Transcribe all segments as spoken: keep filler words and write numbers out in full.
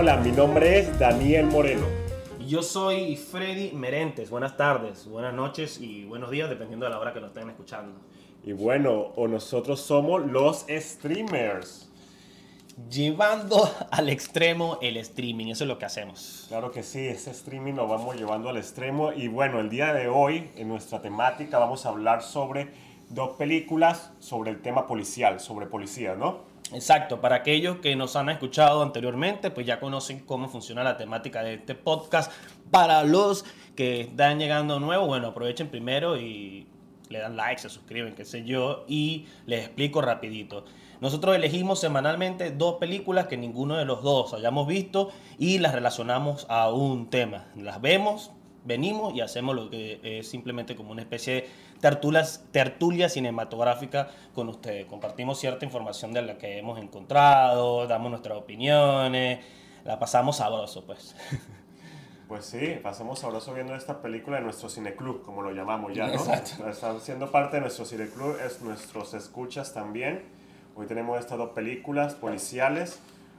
Hola, mi nombre es Daniel Moreno. Y yo soy Freddy Merentes. Buenas tardes, buenas noches y buenos días, dependiendo de la hora que nos estén escuchando. Y bueno, o nosotros somos los streamers. Llevando al extremo el streaming, eso es lo que hacemos. Claro que sí, ese streaming lo vamos llevando al extremo. Y bueno, el día de hoy, en nuestra temática, vamos a hablar sobre dos películas sobre el tema policial, sobre policía, ¿no? Exacto, para aquellos que nos han escuchado anteriormente, pues ya conocen cómo funciona la temática de este podcast. Para los que están llegando nuevos, bueno, aprovechen primero y le dan like, se suscriben, qué sé yo, y les explico rapidito. Nosotros elegimos semanalmente dos películas que ninguno de los dos hayamos visto y las relacionamos a un tema. Las vemos, venimos y hacemos lo que es simplemente como una especie de tertulias, tertulia cinematográfica con ustedes. Compartimos cierta información de la que hemos encontrado, damos nuestras opiniones, la pasamos sabroso, pues. Pues sí, pasamos sabroso viendo esta película en nuestro cineclub, como lo llamamos ya, ¿no? Exacto. Están siendo parte de nuestro cineclub, es nuestros escuchas también. Hoy tenemos estas dos películas policiales.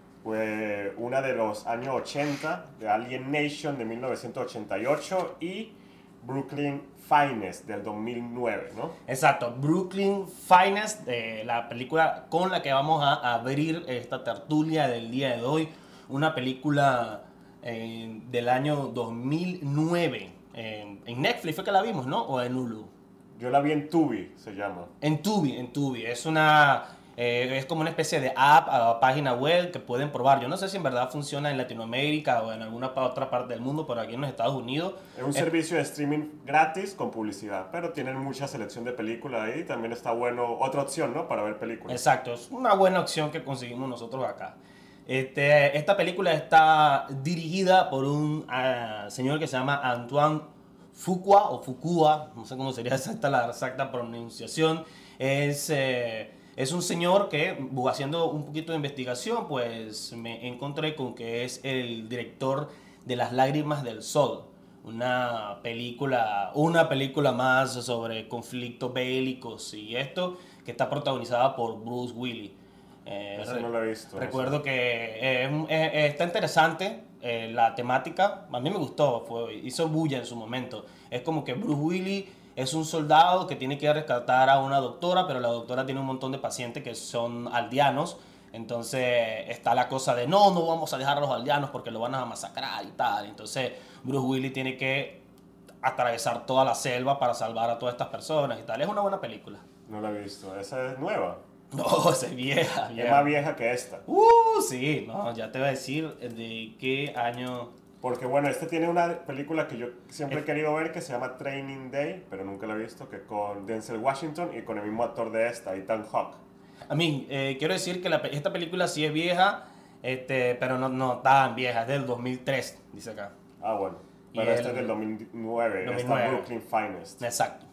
Pues una de los años ochenta, de Alien Nation de mil novecientos ochenta y ocho y Brooklyn Finest del dos mil nueve, ¿no? Exacto, Brooklyn Finest, eh, la película con la que vamos a abrir esta tertulia del día de hoy. Una película eh, del año dos mil nueve. Eh, en Netflix fue que la vimos, ¿no? ¿O en Hulu? Yo la vi en Tubi, se llama. En Tubi, en Tubi. Es una... Eh, es como una especie de app, uh, página web que pueden probar. Yo no sé si en verdad funciona en Latinoamérica o en alguna otra parte del mundo, pero aquí en los Estados Unidos. Es un es... servicio de streaming gratis con publicidad, pero tienen mucha selección de películas ahí. También está bueno, otra opción, ¿no? Para ver películas. Exacto, es una buena opción que conseguimos nosotros acá. Este, esta película está dirigida por un uh, señor que se llama Antoine Fuqua o Fuqua, no sé cómo sería exacta la exacta pronunciación. Es... Eh, Es un señor que, haciendo un poquito de investigación, pues me encontré con que es el director de Las Lágrimas del Sol. Una película, una película más sobre conflictos bélicos y esto, que está protagonizada por Bruce Willis. Eh, Eso no lo he visto. Recuerdo que eh, eh, está interesante eh, la temática. A mí me gustó, fue, hizo bulla en su momento. Es como que Bruce Willis es un soldado que tiene que rescatar a una doctora, pero la doctora tiene un montón de pacientes que son aldeanos. Entonces está la cosa de no, no vamos a dejar a los aldeanos porque lo van a masacrar y tal. Entonces Bruce Willis tiene que atravesar toda la selva para salvar a todas estas personas y tal. Es una buena película. No la he visto. ¿Esa es nueva? No, esa es vieja, vieja. Es más vieja que esta. Uh, sí, no, ya te voy a decir de qué año... Porque bueno, este tiene una película que yo siempre he querido ver que se llama Training Day, pero nunca la he visto, que con Denzel Washington y con el mismo actor de esta, Ethan Hawke. A mí, eh, quiero decir que la, esta película sí es vieja, este, pero no, no tan vieja, es del dos mil tres, dice acá. Ah, bueno, pero este es del dos mil nueve, dos mil nueve. Está Brooklyn Finest. Exacto.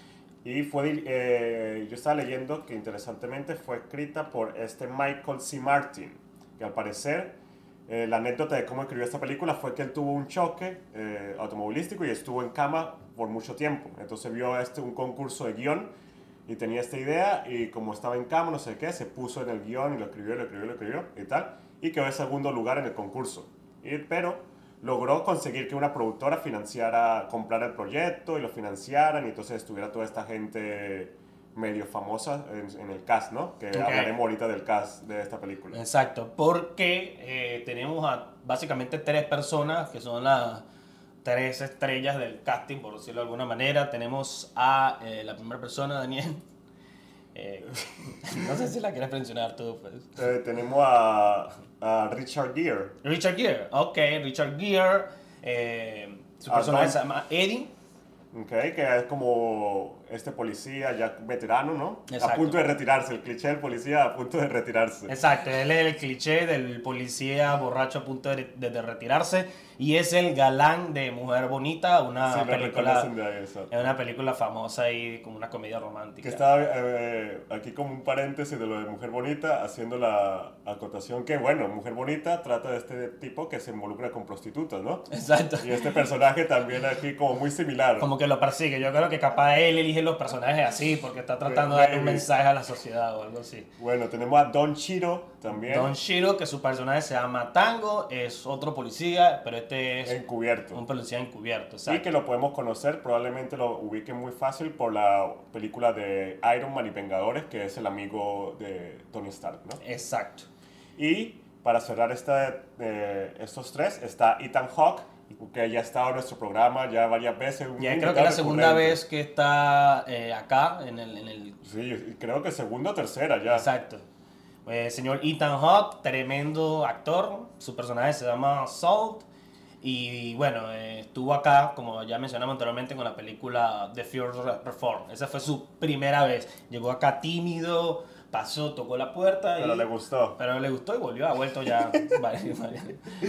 Y fue, eh, yo estaba leyendo que interesantemente fue escrita por este Michael C. Martin, que al parecer... Eh, la anécdota de cómo escribió esta película fue que él tuvo un choque eh, automovilístico y estuvo en cama por mucho tiempo. Entonces vio este, un concurso de guión y tenía esta idea y como estaba en cama, no sé qué, se puso en el guión y lo escribió, lo escribió, lo escribió y tal. Y quedó en segundo lugar en el concurso. Y, pero logró conseguir que una productora financiara, comprara el proyecto y lo financiaran y entonces estuviera toda esta gente... medio famosa en, en el cast, ¿no? Que okay. Hablaremos ahorita del cast de esta película. Exacto, porque eh, tenemos a básicamente tres personas que son las tres estrellas del casting, por decirlo de alguna manera. Tenemos a eh, la primera persona, Daniel. Eh, no sé si la quieres mencionar tú. Pues. Eh, tenemos a, a Richard Gere. Richard Gere, ok, Richard Gere. Eh, su personaje se llama Eddie. Okay, que es como este policía ya veterano, ¿no? Exacto. A punto de retirarse, el cliché del policía a punto de retirarse. Exacto, él es el cliché del policía borracho a punto de, de, de retirarse y es el galán de Mujer Bonita, una sí, película, de ahí, es una película famosa y como una comedia romántica. Que está eh, aquí como un paréntesis de lo de Mujer Bonita, haciendo la acotación que, bueno, Mujer Bonita trata de este tipo que se involucra con prostitutas, ¿no? Exacto. Y este personaje también aquí como muy similar. Como que lo persigue, yo creo que capaz él elige dirigir los personajes así, porque está tratando de dar un mensaje a la sociedad o algo así. Bueno, tenemos a Don Cheadle también. Don Cheadle, que su personaje se llama Tango, es otro policía, pero este es encubierto. Un policía encubierto, exacto. Y que lo podemos conocer, probablemente lo ubiquen muy fácil por la película de Iron Man y Vengadores, que es el amigo de Tony Stark, ¿no? Exacto. Y para cerrar esta, eh, estos tres está Ethan Hawke, que ya ha estado en nuestro programa ya varias veces. Ya creo que es la segunda vez que está eh, acá en el, en el... Sí, creo que segunda o tercera ya. Exacto. El señor Ethan Hawke, tremendo actor, su personaje se llama Salt. Y bueno, eh, estuvo acá, como ya mencionamos anteriormente, con la película The Fear Reform. Esa fue su primera vez. Llegó acá tímido, pasó, tocó la puerta. Pero y, le gustó. Pero le gustó y volvió, ha vuelto ya varias, varias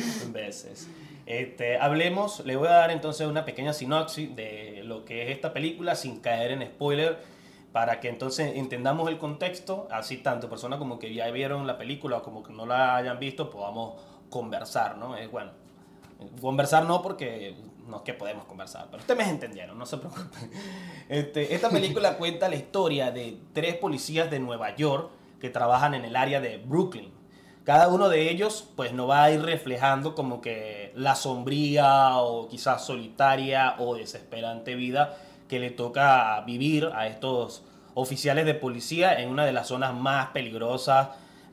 veces. Este, hablemos, le voy a dar entonces una pequeña sinopsis de lo que es esta película sin caer en spoiler, para que entonces entendamos el contexto, así tanto personas como que ya vieron la película o como que no la hayan visto, podamos conversar, ¿no? Es bueno, conversar no porque no es que podemos conversar, pero ustedes me entendieron, no se preocupen. Este, esta película cuenta la historia de tres policías de Nueva York que trabajan en el área de Brooklyn. Cada uno de ellos pues nos va a ir reflejando como que la sombría o quizás solitaria o desesperante vida que le toca vivir a estos oficiales de policía en una de las zonas más peligrosas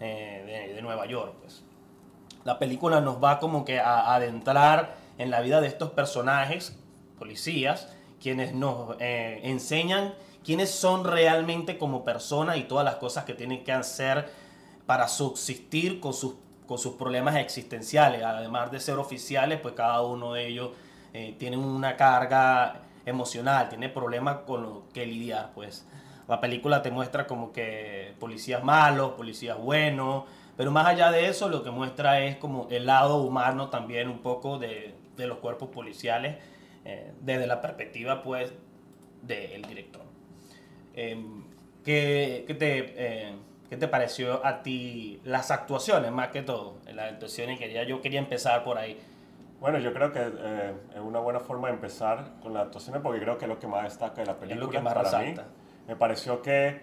eh, de, de Nueva York. Pues. La película nos va como que a adentrar en la vida de estos personajes, policías, quienes nos eh, enseñan quiénes son realmente como personas y todas las cosas que tienen que hacer para subsistir con sus, con sus problemas existenciales. Además de ser oficiales, pues cada uno de ellos eh, tiene una carga emocional, tiene problemas con los que lidiar. Pues la película te muestra como que policías malos, policías buenos, pero más allá de eso lo que muestra es como el lado humano también un poco de, de los cuerpos policiales eh, desde la perspectiva pues del director. Eh, ¿qué, qué te... Eh, ¿Qué te pareció a ti las actuaciones, más que todo? Las actuaciones, quería, yo quería empezar por ahí. Bueno, yo creo que eh, es una buena forma de empezar con las actuaciones porque creo que es lo que más destaca de la película. Es lo que más para resalta. mí. Me pareció que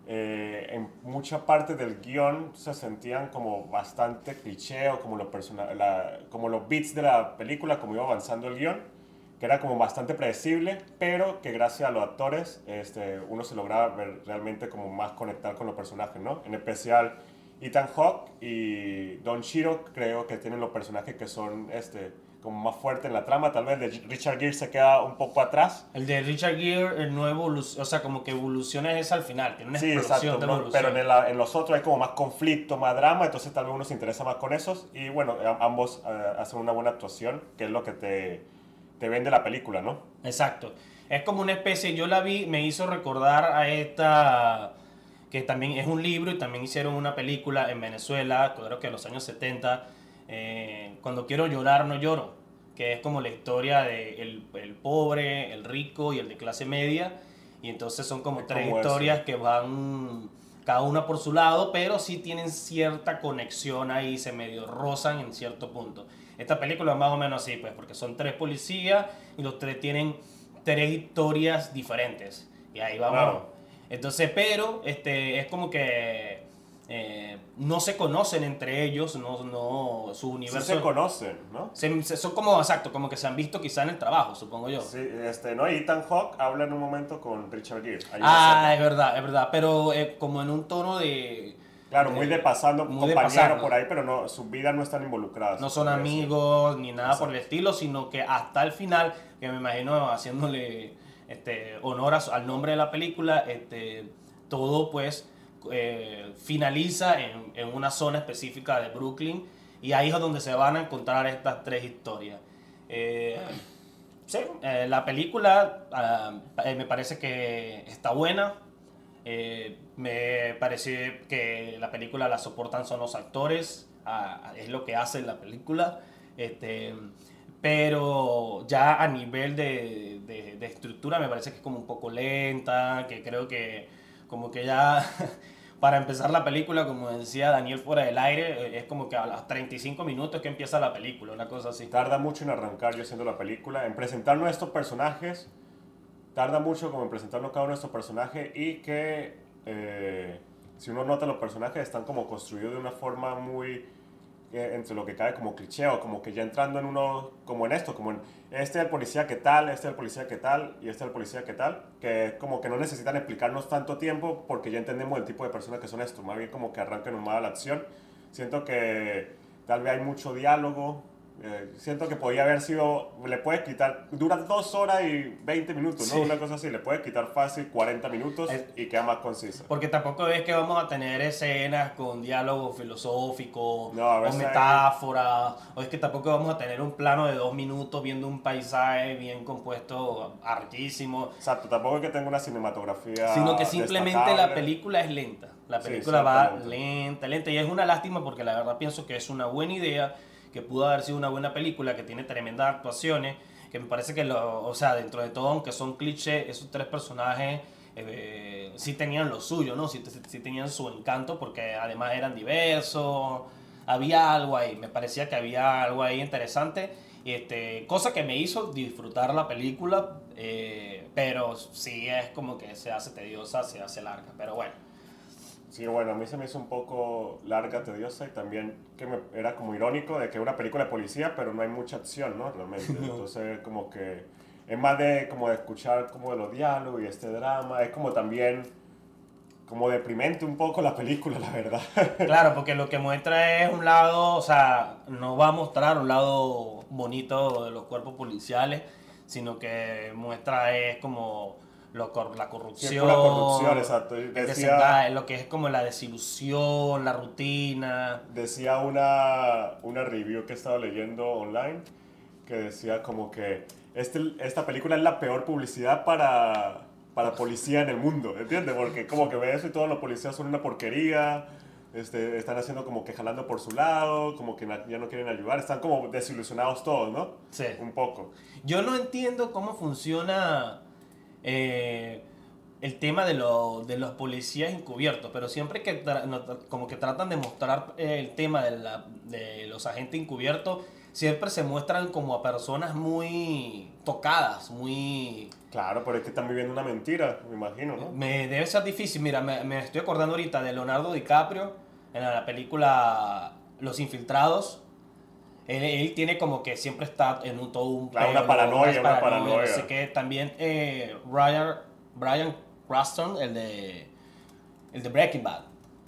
eh, en mucha parte del guión se sentían como bastante cliché o como los, la, como los beats de la película, como iba avanzando el guión, que era como bastante predecible, pero que gracias a los actores este, uno se lograba ver realmente como más conectar con los personajes, ¿no? En especial Ethan Hawke y Don Cheadle creo que tienen los personajes que son este, como más fuertes en la trama. Tal vez de Richard Gere se queda un poco atrás. El de Richard Gere el no evoluciona, o sea, como que evoluciona es al final, tiene una sí, explosión exacto, de ¿no? evolución. Pero en, el, en los otros hay como más conflicto, más drama, entonces tal vez uno se interesa más con esos. Y bueno, ambos uh, hacen una buena actuación, que es lo que te, te vende la película, ¿no? Exacto. Es como una especie, yo la vi, me hizo recordar a esta, que también es un libro y también hicieron una película en Venezuela, creo que en los años setenta, eh, Cuando quiero llorar no lloro, que es como la historia de el, el pobre, el rico y el de clase media, y entonces son como es tres como historias eso. que van cada una por su lado, pero sí tienen cierta conexión ahí, se medio rozan en cierto punto. Esta película es más o menos así, pues, porque son tres policías y los tres tienen tres historias diferentes. Y ahí vamos. Claro. Entonces, pero este, es como que eh, no se conocen entre ellos, no, no sus universos. Sí se conocen, ¿no? Se, se, son como, exacto, como que se han visto quizá en el trabajo, supongo yo. Sí, este, ¿no? Y Ethan Hawke habla en un momento con Richard Gere. Ah, es verdad, es verdad, pero eh, como en un tono de... Claro, muy de pasando, muy de compañero pasando. por ahí, pero no, sus vidas no están involucradas. No son amigos ni nada Exacto. por el estilo, sino que hasta el final, que me imagino haciéndole este, honor a, al nombre de la película, este, todo pues eh, finaliza en, en una zona específica de Brooklyn y ahí es donde se van a encontrar estas tres historias. Eh, sí, eh, la película uh, me parece que está buena. Eh, me parece que la película la soportan son los actores, uh, es lo que hace la película, este, pero ya a nivel de, de, de estructura me parece que es como un poco lenta, que creo que como que ya para empezar la película, como decía Daniel fuera del aire, es como que a los treinta y cinco minutos que empieza la película, una cosa así. Tarda mucho en arrancar yo haciendo la película, en presentarnos a estos personajes. tarda mucho como en presentarnos cada uno de estos personajes y que eh, si uno nota los personajes están como construidos de una forma muy eh, entre lo que cae como cliché o como que ya entrando en uno como en esto, como en este es el policía que tal, este es el policía que tal y este es el policía que tal, que como que no necesitan explicarnos tanto tiempo porque ya entendemos el tipo de personas que son estos, más bien como que arrancan nomás la acción. Siento que tal vez hay mucho diálogo. Eh, siento que podía haber sido, le puedes quitar, dura dos horas y veinte minutos, ¿no? Sí. Una cosa así, le puedes quitar fácil cuarenta minutos Es- y queda más concisa. Porque tampoco es que vamos a tener escenas con diálogo filosófico No, a o veces hay- metáfora, o es que tampoco vamos a tener un plano de dos minutos viendo un paisaje bien compuesto, artísimo, Exacto, tampoco es que tenga una cinematografía sino que simplemente la destacable. película es lenta. La Sí, película va ciertamente. lenta, lenta, y es una lástima porque la verdad pienso que es una buena idea, que pudo haber sido una buena película, que tiene tremendas actuaciones, que me parece que, lo, o sea, dentro de todo, aunque son clichés, esos tres personajes eh, sí tenían lo suyo, ¿no? Sí, sí- sí tenían su encanto porque además eran diversos, había algo ahí, me parecía que había algo ahí interesante, este, cosa que me hizo disfrutar la película, eh, pero sí es como que se hace tediosa, se hace larga, pero bueno. Sí, bueno, a mí se me hizo un poco larga, tediosa y también que me, era como irónico de que es una película de policía, pero no hay mucha acción, ¿no? Realmente. Entonces, como que es más de como de escuchar como de los diálogos y este drama. Es como también como deprimente un poco la película, la verdad. Claro, porque lo que muestra es un lado, o sea, no va a mostrar un lado bonito de los cuerpos policiales, sino que muestra es como lo cor- la Sí, corrupción, es pura corrupción, exacto. Y el Decía, desengaño, lo que es como la desilusión, la rutina. decía una, una review que estaba leyendo online que decía como que este, esta película es la peor publicidad para, para policía en el mundo, ¿entiendes? Porque como que ves eso y todos los policías son una porquería, este, están haciendo como que jalando por su lado, como que na- ya no quieren ayudar, están como desilusionados todos, ¿no? Sí. Un poco. Yo no entiendo cómo funciona eh, el tema de, lo- de los policías encubiertos, pero siempre que tra- no, tra- como que tratan de mostrar eh, el tema de, la- de los agentes encubiertos, siempre se muestran como a personas muy tocadas, muy... Claro, pero es que están viviendo una mentira, me imagino, ¿no? Me debe ser difícil, mira, me, me estoy acordando ahorita de Leonardo DiCaprio en la película Los Infiltrados. Él, él tiene como que siempre está en un, todo un Claro, una peo, paranoia, una no paranoia. sé qué. También eh, Ryan, Bryan Cranston, el de, el de Breaking Bad.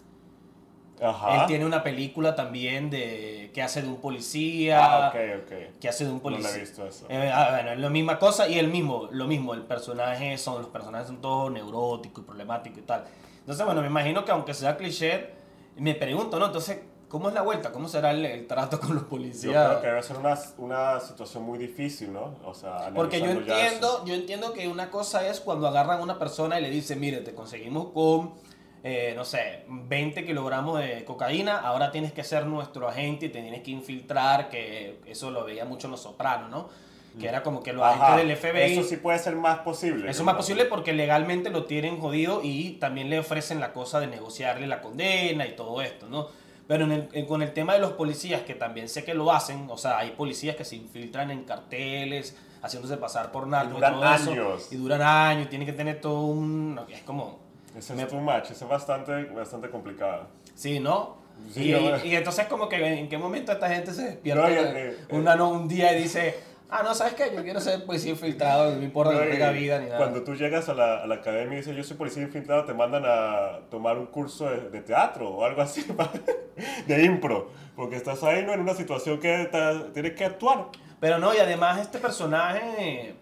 Ajá. Él tiene una película también de que hace de un policía. Ah, ok, ok. Que hace de un No la policía. he visto eso. Eh, ah, bueno, es la misma cosa y el mismo, lo mismo, el personaje son, los personajes son todos neuróticos y problemáticos y tal. Entonces, bueno, me imagino que aunque sea cliché, me pregunto, ¿no? Entonces, ¿cómo es la vuelta? ¿Cómo será el, el trato con los Yo policías? creo que debe ser una, una situación muy difícil, ¿no? O sea, Porque yo analizando ya eso. entiendo, yo entiendo que una cosa es cuando agarran a una persona y le dicen, mire, te conseguimos con, eh, no sé, veinte kilogramos de cocaína, ahora tienes que ser nuestro agente y te tienes que infiltrar, que eso lo veía mucho en Los Sopranos, ¿no? Que era como que los Ajá, agentes del F B I... eso sí puede ser más posible. Eso es más posible porque legalmente lo tienen jodido y también le ofrecen la cosa de negociarle la condena y todo esto, ¿no? Pero en el- en- con el tema de los policías, que también sé que lo hacen, o sea, hay policías que se infiltran en carteles, haciéndose pasar por narcos y, duran todo eso, años. y duran años, tienen que tener todo un... Es como... Ese me- es too much, ese es bastante, bastante complicado. Sí, ¿no? Sí, y, no, y entonces como que en qué momento esta gente se despierta No, y, eh, una, no, un día y dice, ah, no, ¿sabes qué? Yo quiero ser policía infiltrado, no me importa No, que no tenga y vida ni nada. Cuando tú llegas a la, a la academia y dices, yo soy policía infiltrado, te mandan a tomar un curso de, de teatro o algo así, de impro, porque estás ahí, ¿no? En una situación que ta- tienes que actuar. Pero no, y además este personaje.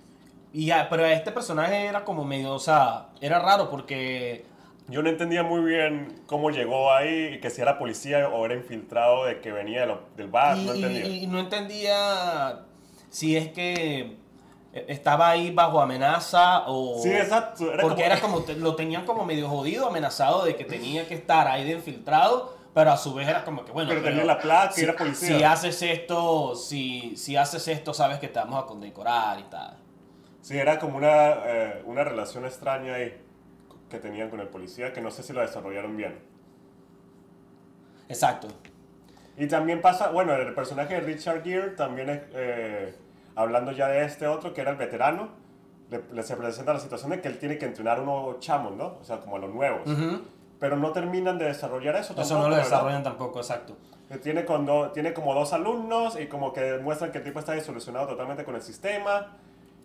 Y ya, pero este personaje era como medio, o sea, era raro porque. Yo no entendía muy bien cómo llegó ahí, y que si era policía o era infiltrado de que venía de lo- del bar, y, no entendía. y- y no entendía si es que estaba ahí bajo amenaza o. Sí, exacto. Era porque como- era como, te- lo tenían como medio jodido, amenazado de que tenía que estar ahí de infiltrado, pero a su vez era como que, bueno, Pero tenía la placa y era policía. Si haces esto, si, si haces esto, sabes que te vamos a condecorar y tal. Sí, era como una, eh, una relación extraña ahí que tenían con el policía, que no sé si la desarrollaron bien. Exacto. Y también pasa, bueno, el personaje de Richard Gere también es, eh, hablando ya de este otro, que era el veterano, le, le se presenta la situación de que él tiene que entrenar a unos chamos, ¿no? O sea, como a los nuevos. Ujú. Pero no terminan de desarrollar eso tampoco, Eso no lo ¿verdad? desarrollan tampoco, exacto. Que Tiene, con do- tiene como dos alumnos y como que demuestran que el tipo está disolucionado totalmente con el sistema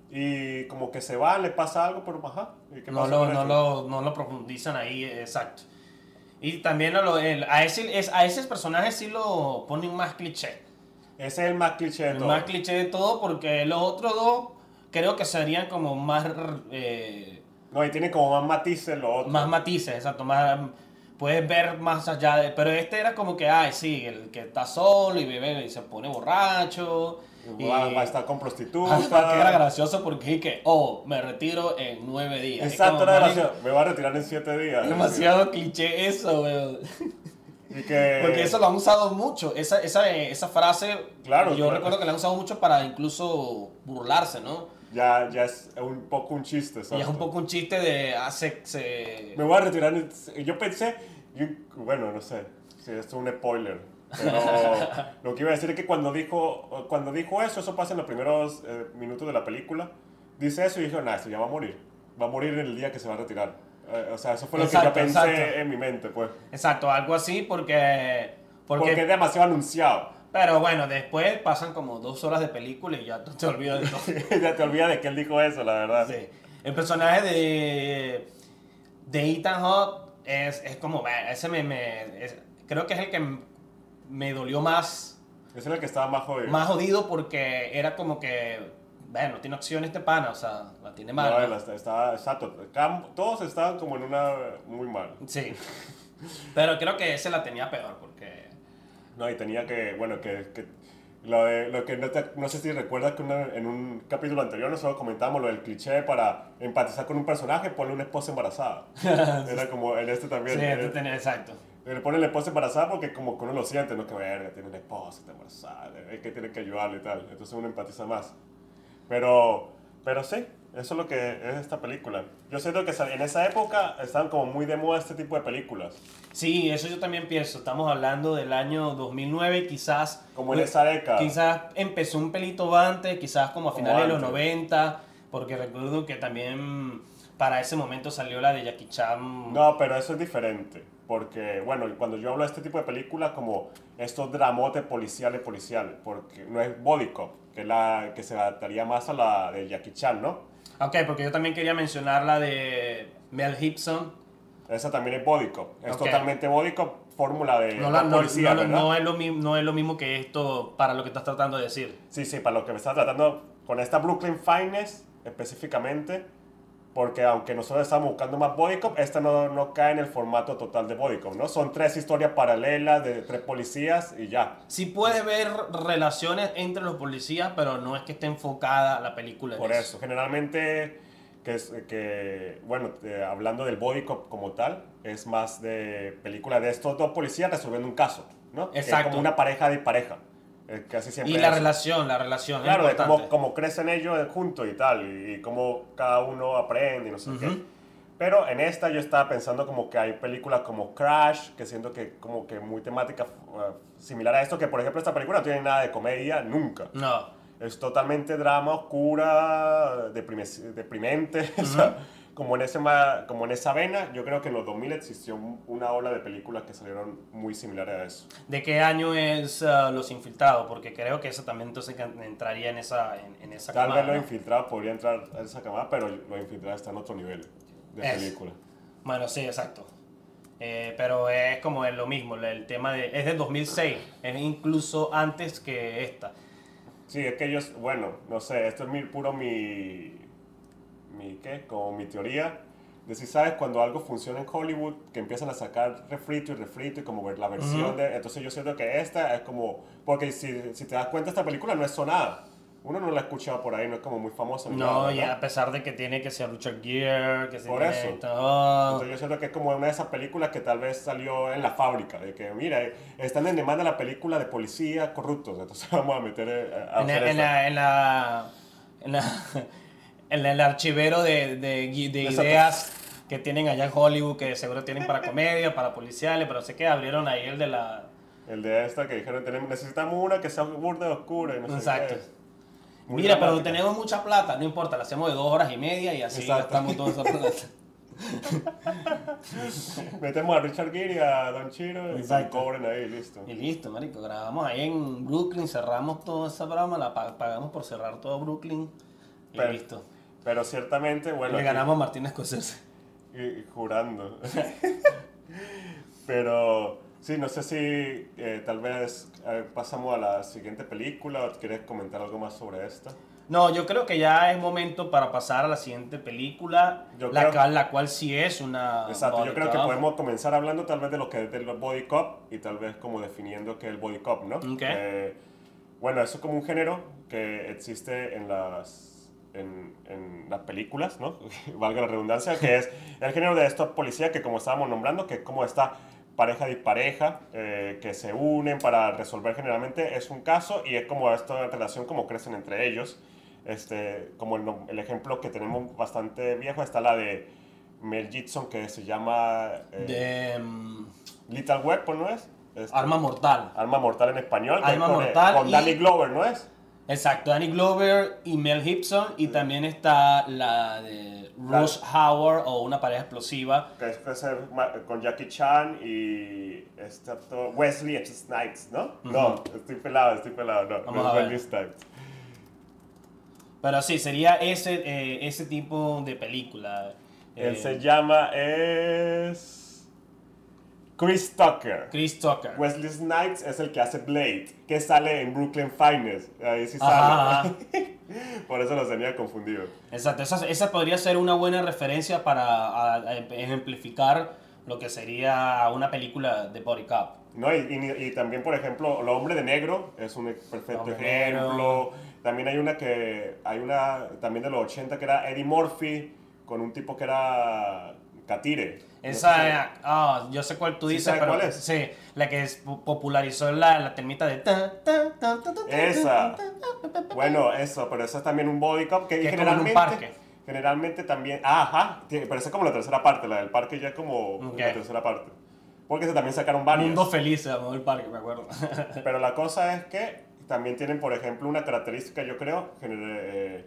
y como que se va, le pasa algo, pero ajá. ¿Y qué No pasa lo, con no, eso? lo, no lo profundizan ahí, exacto. Y también a, lo, el- a, ese, es, a esos personajes sí lo ponen más cliché. Ese es el más cliché de El todo. más cliché de todo porque los otros dos creo que serían como más, eh, No, y tiene como más matices lo otro. más matices, exacto, más, puedes ver más allá de... Pero este era como que, ay, sí, el que está solo y bebe y se pone borracho. Y Va, va a estar con prostitutas. que era gracioso porque dije, oh, me retiro en nueve días. Exacto, Es como, era marico, gracioso. Me va a retirar en siete días. demasiado cliché eso, weón. Y que... Porque eso lo han usado mucho, esa, esa, esa frase, Claro, yo claro. recuerdo que la han usado mucho para incluso burlarse, ¿no? Ya, ya es un poco un chiste, Y ¿sabes? es un poco un chiste de hace... Se... Me voy a retirar. en- Yo pensé, yo- bueno, no sé si esto es un spoiler, pero lo que iba a decir es que cuando dijo, cuando dijo eso, eso pasa en los primeros eh, minutos de la película, dice eso y dije, nah, esto ya va a morir. Va a morir en el día que se va a retirar. Eh, o sea, eso fue lo Exacto, que yo pensé exacto. en mi mente, pues. Exacto, algo así porque... porque... Porque es demasiado anunciado. Pero bueno, después pasan como dos horas de película y ya tú te olvidas de todo. Ya te olvidas de que él dijo eso, la verdad. Sí. El personaje de, de Ethan Hawke es, es como, bueno, ese me, me- es- creo que es el que m- me dolió más, Ese es el que estaba más jodido. más jodido porque era como que, bueno, tiene opción este pana, o sea, la tiene mal. No, ¿no? él está- estaba, exacto. Cam- Todos estaban como en una muy mal. Sí. Pero creo que ese la tenía peor porque... No, y tenía que, bueno, que, que lo, de, lo que no, te- no sé si recuerdas que una- en un capítulo anterior nosotros comentábamos lo del cliché para empatizar con un personaje, ponle una esposa embarazada. Era como en este también. Sí, eh, este tenía, exacto. le ponen la esposa embarazada porque como que uno lo siente, no que verga, tiene una esposa, está embarazada, es que tiene que ayudarle y tal. Entonces uno empatiza más. Pero, pero sí, eso es lo que es esta película. Yo siento que en esa época estaban como muy de moda este tipo de películas. Sí, eso yo también pienso. Estamos hablando del año dos mil nueve, quizás... Como en esa década. Quizás empezó un pelito antes, quizás como a Como finales de los antes. noventa, porque recuerdo que también para ese momento salió la de Jackie Chan. No, pero eso es diferente. Porque, bueno, cuando yo hablo de este tipo de películas, como estos dramotes policiales, policiales, porque no es body cop, que, es la, que se adaptaría más a la de Jackie Chan, ¿no? Ok, porque yo también quería mencionar la de Mel Gibson. Esa también es body cop. Es Ok. totalmente body cop, fórmula de No, la- dos no- policías, no- ¿verdad? no es lo mismo, no es lo mismo que esto para lo que estás tratando de decir. Sí, sí, para lo que me estás tratando con esta Brooklyn Finest específicamente, porque aunque nosotros estamos buscando más body cop, esta no, no cae en el formato total de body cop, ¿no? Son tres historias paralelas de tres policías y ya. Sí puede ver relaciones entre los policías, pero no es que esté enfocada la película en Por eso, generalmente, que es, que, bueno, eh, hablando del body cop como tal, es más de película de estos dos policías resolviendo un caso, ¿no? Que es Exacto. como una pareja de pareja. eh, casi siempre Y la es. relación, la relación. es Claro, de importante. cómo, cómo crecen ellos juntos y tal, y, y cómo cada uno aprende y no sé Ujú. qué. Pero en esta yo estaba pensando como que hay películas como Crash, que siento que como que muy temática uh, similar a esto, que por ejemplo esta película no tiene nada de comedia, nunca. No. Es totalmente drama oscura, deprime- deprimente, o sea, como en, ese ma- como en esa vena, yo creo que en los dos mil existió un- una ola de películas que salieron muy similares a eso. ¿De qué año es uh, Los Infiltrados? Porque creo que eso también entonces que entraría en esa, en, en esa Tal camada, vez Los ¿no? Infiltrados podría entrar a esa camada, pero Los Infiltrados está en otro nivel de Es. película. Bueno, sí, exacto. Eh, pero es como es lo mismo, el tema de... Es del dos mil seis, es incluso antes que esta. Sí, es que ellos, bueno, no sé, esto es mi, puro mi, mi, ¿qué? Como mi teoría, de si sabes cuando algo funciona en Hollywood, que empiezan a sacar refrito y refrito y como ver la versión Ujú. de, entonces yo siento que esta es como, porque si, si te das cuenta esta película no es sonada, uno no la ha escuchado por ahí, no es como muy famosa. ni No, nada, y ¿verdad? a pesar de que tiene que ser Richard Gere, que se Por tiene eso. todo- Entonces yo siento que es como una de esas películas que tal vez salió en la fábrica, de que mira, eh, están en demanda la película de policía corruptos, entonces vamos a meter eh, a en, hacer la- en, esta. la, en, la, en, la- en el archivero de, de, gui- de Exacto. ideas que tienen allá en Hollywood, que seguro tienen para comedia, para policiales, pero sé que abrieron ahí el de la... El de esta que dijeron, tenemos, necesitamos una que sea burda y oscura y no sé Exacto. qué. Muy Mira, pero dramática. tenemos mucha plata, no importa, la hacemos de dos horas y media y así Exacto. gastamos toda esa plata. Metemos a Richard Gere y a Don Chiro y Exacto. cobren ahí, listo. Y listo, marico, grabamos ahí en Brooklyn, cerramos toda esa broma, la pa- pagamos por cerrar todo Brooklyn y Pero- listo. Pero ciertamente, Y bueno, le aquí- ganamos a Martínez Scorsese. y, y jurando. Pero sí, no sé si eh, tal vez eh, pasamos a la siguiente película o quieres comentar algo más sobre esta. No, yo creo que ya es momento para pasar a la siguiente película, Yo la, creo- cual, la cual sí es una... Exacto, yo body creo que cop. podemos comenzar hablando tal vez de lo que es del body cop y tal vez como definiendo qué es el body cop, ¿no? Ok. Eh, bueno, eso es como un género que existe en las, en, en las películas, ¿no? Valga la redundancia, que es el género de esta policía que como estábamos nombrando, que es como esta pareja dispareja eh, que se unen para resolver generalmente es un caso y es como esta relación como crecen entre ellos. Este, como el, nom- el ejemplo que tenemos bastante viejo está la de Mel Gibson que se llama eh, De mm, Lethal Weapon, ¿no es? Este, Arma Mortal. Arma Mortal en español. que Arma es con, eh, Mortal con y- Danny Glover, ¿no es? Exacto, Danny Glover y Mel Gibson y también está la de Rush Howard o Una pareja explosiva. Que es, que es el ma- con Jackie Chan y este actor Wesley Snipes, ¿no? No, estoy pelado, estoy pelado, no. Vamos no a es ver. Wesley Snipes. Pero sí, sería ese, eh, ese tipo de película. Él Eh, se llama es Chris Tucker. Chris Tucker. Wesley Snipes es el que hace Blade, que sale en Brooklyn Finest. Ahí sí Ajá, sale. Por eso los tenía confundido. Exacto, esa, esa podría ser una buena referencia para a- a ejemplificar lo que sería una película de body cop. ¿No? Y, y- y también, por ejemplo, El Hombre de Negro es un perfecto Hombre de ejemplo. Negro. También hay una que, hay una también de los ochenta que era Eddie Murphy con un tipo que era Catire. No sé Esa, ah, yo sé cuál tú ¿Sí dices, sabes pero cuál es? sí, la que es- popularizó la, la temita de ta, ta, ta, ta, ta, ta, Esa. ta, ta, ta, ta, si- Bueno, eso, pero eso es también un body cop que, Que es como en un generalmente, parque. generalmente también, ah, ajá, tiene- pero esa es como la tercera parte, la del parque ya es como Ok. la tercera parte. Porque se también sacaron varios. Mundo Feliz se llamó el parque, me acuerdo. Pero la cosa es que también tienen, por ejemplo, una característica, yo creo, gener- eh,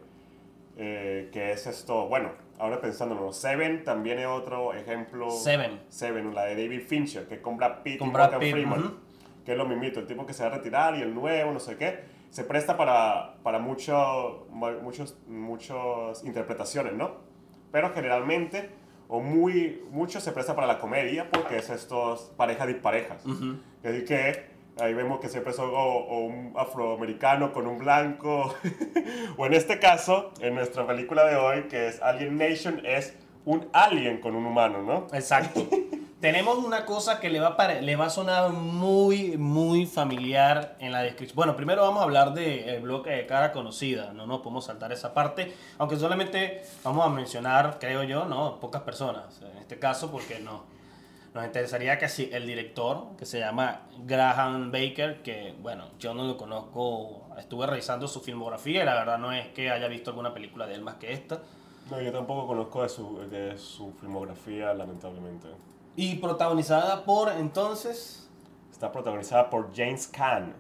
eh, que es esto, bueno, ahora pensándolo, Seven también es otro ejemplo. Seven. Seven, la de David Fincher, que es con Brad Pitt Con y Brad Morgan Pitt, Freeman, ujú. que es lo mismito, el tipo que se va a retirar y el nuevo, no sé qué, se presta para, para mucho, mu- muchos, muchas interpretaciones, ¿no? Pero generalmente, o muy, mucho se presta para la comedia, porque es estos parejas disparejas. Así que ahí vemos que siempre son o, o un afroamericano con un blanco, o en este caso, en nuestra película de hoy, que es Alien Nation, es un alien con un humano, ¿no? Exacto. Tenemos una cosa que le va, a pare- le va a sonar muy, muy familiar en la descripción. Bueno, primero vamos a hablar del bloque de cara conocida. No nos podemos saltar esa parte. Aunque solamente vamos a mencionar, creo yo, ¿no? Pocas personas. En este caso, porque no. Nos interesaría que si el director, que se llama Graham Baker, que, bueno, yo no lo conozco. Estuve revisando su filmografía y la verdad no es que haya visto alguna película de él más que esta. No, yo tampoco conozco de su, de su filmografía, lamentablemente. Y protagonizada por, entonces... Está protagonizada por James Caan,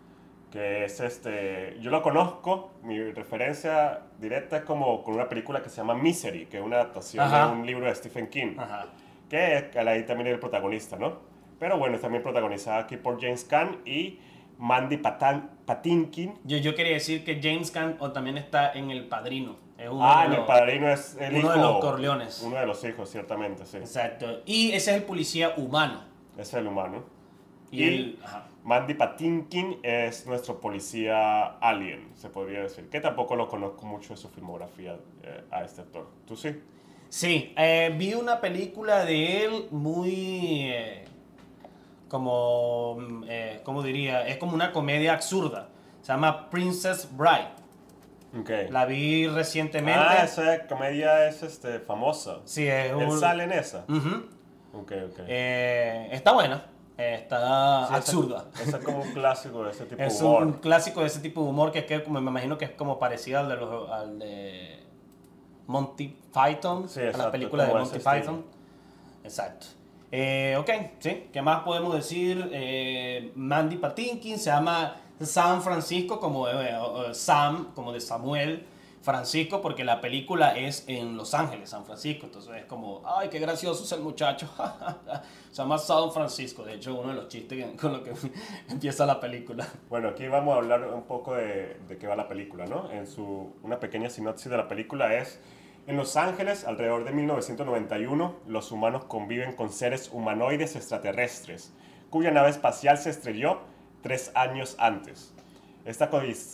que es este... Yo lo conozco, mi referencia directa es como con una película que se llama Misery, que es una adaptación Ajá. de un libro de Stephen King, Ajá. que es- ahí también es el protagonista, ¿no? Pero bueno, es también protagonizada aquí por James Caan y Mandy Patan- Patinkin. Yo, yo quería decir que James Caan o también está en El Padrino. Es uno Ah, de en los- El Padrino es el uno hijo... de los Corleones. Uno de los hijos, ciertamente, sí. Exacto. Y ese es el policía humano. Es el humano. Y, Y- el... Ajá. Mandy Patinkin es nuestro policía alien, se podría decir. Que tampoco lo conozco mucho de su filmografía eh, a este actor. ¿Tú sí? Sí, eh, vi una película de él muy... eh, como... mm, eh, ¿cómo diría? Es como una comedia absurda. Se llama Princess Bride. Ok. La vi recientemente. Ah, esa comedia es este, famosa. Sí, es ¿Él un... sale en esa? Ujú. Ok, ok. Eh, está buena. Eh, está Sí, esa- absurda. Esa es como un clásico de ese tipo Es de humor. un clásico de ese tipo de humor que, es que como me imagino que es como parecido al de, los, al de Monty Python, Sí, a exacto, la película de como Monty ese estilo. Python. Exacto. Eh, ok, sí. ¿Qué más podemos decir? Eh, Mandy Patinkin se llama San Francisco, como de, eh, eh, Sam, como de Samuel Francisco, porque la película es en Los Ángeles, San Francisco. Entonces es como, ay, qué gracioso es el muchacho. Se llama San Francisco. De hecho, uno de los chistes con los que empieza la película. Bueno, aquí vamos a hablar un poco de, de qué va la película, ¿no? En su, una pequeña sinopsis de la película es: en Los Ángeles, alrededor de mil novecientos noventa y uno, los humanos conviven con seres humanoides extraterrestres, cuya nave espacial se estrelló tres años antes. Esta,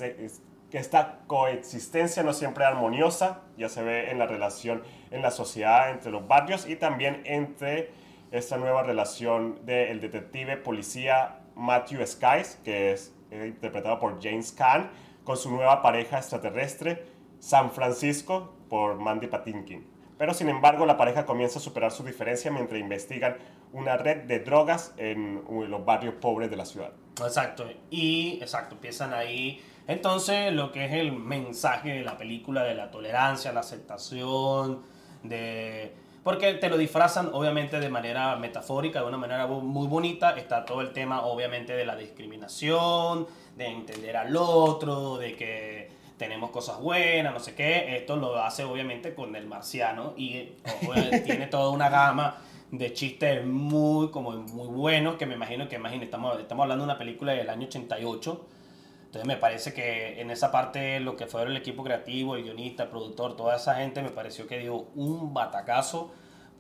esta coexistencia no siempre es armoniosa, ya se ve en la relación en la sociedad entre los barrios y también entre esta nueva relación del detective policía Matthew Skies, que es eh, interpretado por James Caan, con su nueva pareja extraterrestre, San Francisco, por Mandy Patinkin. Pero sin embargo, la pareja comienza a superar su diferencia mientras investigan una red de drogas en los barrios pobres de la ciudad. Exacto, y exacto, empiezan ahí. Entonces, lo que es el mensaje de la película de la tolerancia, la aceptación, de... porque te lo disfrazan obviamente de manera metafórica, de una manera muy bonita. Está todo el tema obviamente de la discriminación, de entender al otro, de que tenemos cosas buenas, no sé qué. Esto lo hace obviamente con el marciano y obviamente, tiene toda una gama de chistes muy, como muy buenos, que me imagino que imagino, estamos, estamos hablando de una película del año ochenta y ocho. Entonces me parece que en esa parte lo que fue el equipo creativo, el guionista, el productor, toda esa gente me pareció que dio un batacazo,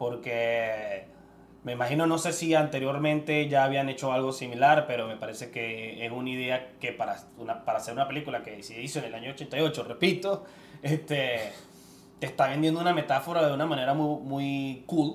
porque me imagino, no sé si anteriormente ya habían hecho algo similar, pero me parece que es una idea que para, una, para hacer una película que se hizo en el año ochenta y ocho, repito, este, te está vendiendo una metáfora de una manera muy, muy cool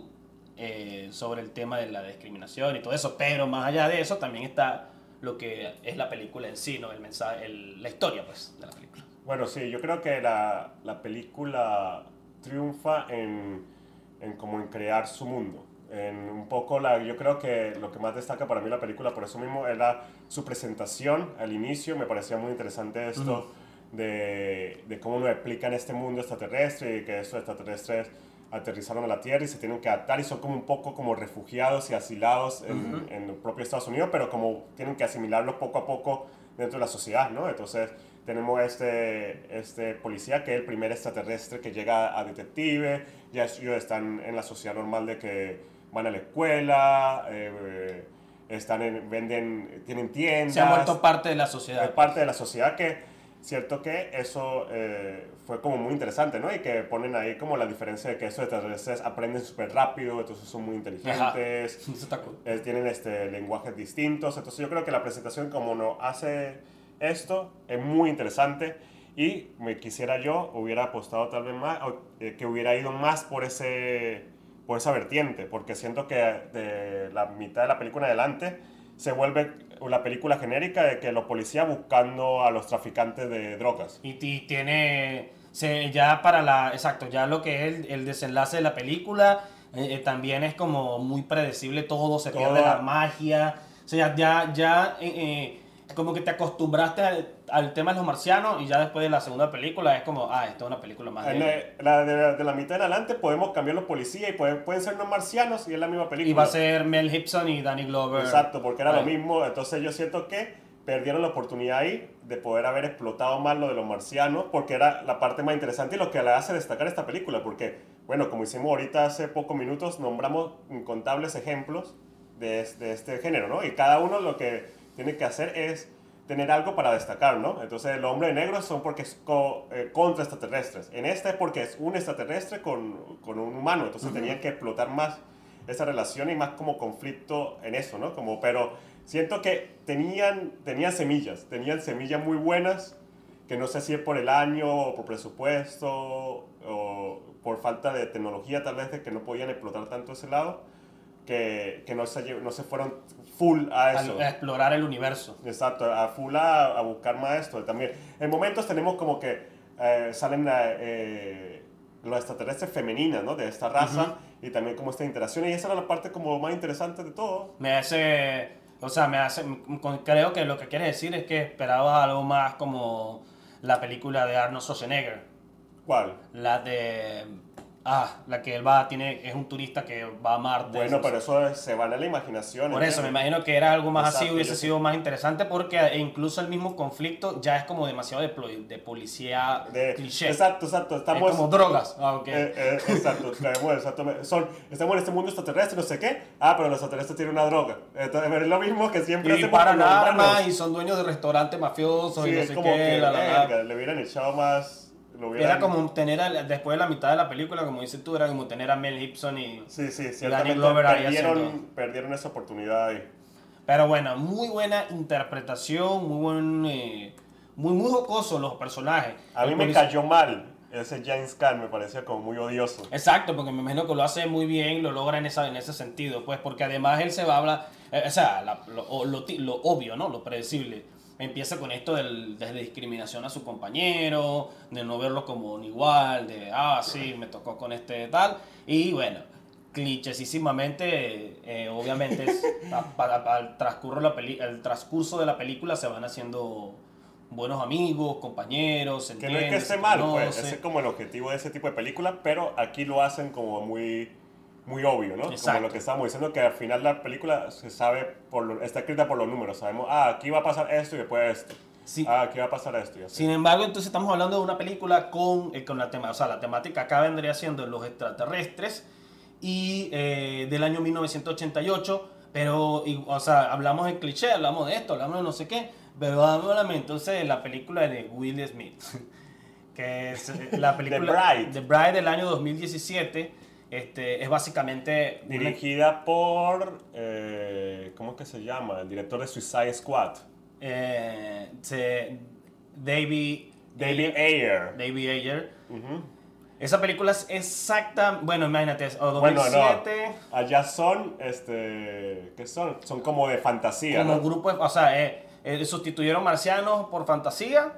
eh, sobre el tema de la discriminación y todo eso, pero más allá de eso también está lo que es la película en sí, ¿no? El mensaje, el, la historia, pues, de la película. Bueno, sí, yo creo que la, la película triunfa en, en como en crear su mundo. En un poco la, yo creo que lo que más destaca para mí la película, por eso mismo, es la, su presentación al inicio. Me parecía muy interesante esto uh-huh. de, de cómo nos explican este mundo extraterrestre y que estos extraterrestres aterrizaron a la Tierra y se tienen que adaptar y son como un poco como refugiados y asilados en, uh-huh. en el propio Estados Unidos, pero como tienen que asimilarlos poco a poco dentro de la sociedad, ¿no? Entonces tenemos este, este policía que es el primer extraterrestre que llega a detective, ya ellos están en la sociedad normal de que van a la escuela, eh, están en, venden, tienen tiendas. Se han vuelto parte de la sociedad. Es parte de la sociedad que... Cierto que eso eh, fue como muy interesante, ¿no? Y que ponen ahí como la diferencia de que estos extraterrestres aprenden súper rápido, entonces son muy inteligentes, cool. eh, tienen este, lenguajes distintos. Entonces yo creo que la presentación como no hace esto es muy interesante y me quisiera yo, hubiera apostado tal vez más, eh, que hubiera ido más por, ese, por esa vertiente, porque siento que de la mitad de la película en adelante se vuelve la película genérica de que los policías buscando a los traficantes de drogas. Y, y tiene, se, ya para la, exacto, ya lo que es el, el desenlace de la película, eh, también es como muy predecible todo, se todo. pierde la magia, o sea, ya, ya eh, eh, como que te acostumbraste al, al tema de los marcianos y ya después de la segunda película es como, ah, esto es una película más de... De, la, de, de la mitad en adelante podemos cambiar los policías y pueden, pueden ser no marcianos y es la misma película. Y va a ser Mel Gibson y Danny Glover. Exacto, porque era right. lo mismo, entonces yo siento que perdieron la oportunidad ahí de poder haber explotado más lo de los marcianos, porque era la parte más interesante y lo que le hace destacar esta película, porque, bueno, como hicimos ahorita hace pocos minutos, nombramos incontables ejemplos de, de este género, ¿no? Y cada uno lo que tiene que hacer es tener algo para destacar, ¿no? Entonces el hombre negro son porque es co, eh, contra extraterrestres. En este es porque es un extraterrestre con, con un humano, entonces uh-huh. tenían que explotar más esa relación y más como conflicto en eso, ¿no? Como, pero siento que tenían, tenían semillas, tenían semillas muy buenas, que no sé si es por el año o por presupuesto o por falta de tecnología tal vez de que no podían explotar tanto ese lado, que, que no, se, no se fueron full a eso. A, a explorar el universo. Exacto, a full a, a buscar más esto también. En momentos tenemos como que eh, salen eh, los extraterrestres femeninas, ¿no? De esta raza uh-huh. y también como esta interacción y esa era la parte como más interesante de todo. Me hace, o sea, me hace, creo que lo que quieres decir es que esperabas algo más como la película de Arnold Schwarzenegger. ¿Cuál? La de Ah, la que él va, tiene, es un turista que va a Marte. Bueno, eso, pero eso es- se van a la imaginación. por eso, me ¿entiendes? imagino que era algo más así, Exacto, hubiese yo sé. sido más interesante porque e incluso el mismo conflicto ya es como demasiado de, plo- de policía De- cliché. exacto, exacto. Estamos, Es como drogas. Ah, ok. eh, eh, exacto, traemos, exacto. Son, estamos en este mundo extraterrestre, no sé qué. Ah, pero los extraterrestres tienen una droga. Entonces, es lo mismo que Y siempre hacemos disparan con los armas humanos. y son dueños de restaurantes mafiosos Sí, y no es sé como qué, que, la, la, la. verga, le hubieran echado más. Lo hubieran... Era como tener, a- después de la mitad de la película, como dices tú, era como tener a Mel Gibson y... Sí, sí, Danny ciertamente Glover ahí perdieron, haciendo. perdieron esa oportunidad ahí. Pero bueno, muy buena interpretación, muy buen... eh, muy, muy jocoso los personajes. A El mí me polic- cayó mal ese James Caan, me parecía como muy odioso. Exacto, porque me imagino que lo hace muy bien, lo logra en, esa, en ese sentido, pues, porque además él se va a hablar, eh, o sea, la- lo, o lo ti- lo obvio, ¿no? Lo predecible. Empieza con esto del, de discriminación a su compañero, de no verlo como un igual, de, ah, sí, me tocó con este tal, y bueno, clichésísimamente, eh, obviamente, es, pa- pa- pa- al transcurso, la peli- el transcurso de la película se van haciendo buenos amigos, compañeros, se Que no es que entienden, esté se mal, pues, conocen. ese es como el objetivo de ese tipo de película, pero aquí lo hacen como muy, muy obvio, ¿no? Exacto. Como lo que estamos diciendo, que al final la película se sabe, por lo- está escrita por los números, sabemos, ah, aquí va a pasar esto y después esto. Sí. Ah, aquí va a pasar esto y así. Sin embargo, entonces estamos hablando de una película con, eh, con la tema, o sea, la temática acá vendría siendo los extraterrestres y eh, del año mil novecientos ochenta y ocho, pero, y- o sea, hablamos en cliché, hablamos de esto, hablamos de no sé qué, pero háblame entonces de la película de Will Smith, que es eh, la película The Bride. The Bride del año dos mil diecisiete, este, es básicamente una- Dirigida por, eh, ¿cómo es que se llama? El director de Suicide Squad. eh, se- David David Ayer. David Ayer. Ujú. Esa película es exacta, bueno, imagínate, es o Bueno, dos mil siete, no, allá son, este, ¿qué son? Son como de fantasía, como ¿no? grupo, de- o sea, eh, eh, sustituyeron marcianos por fantasía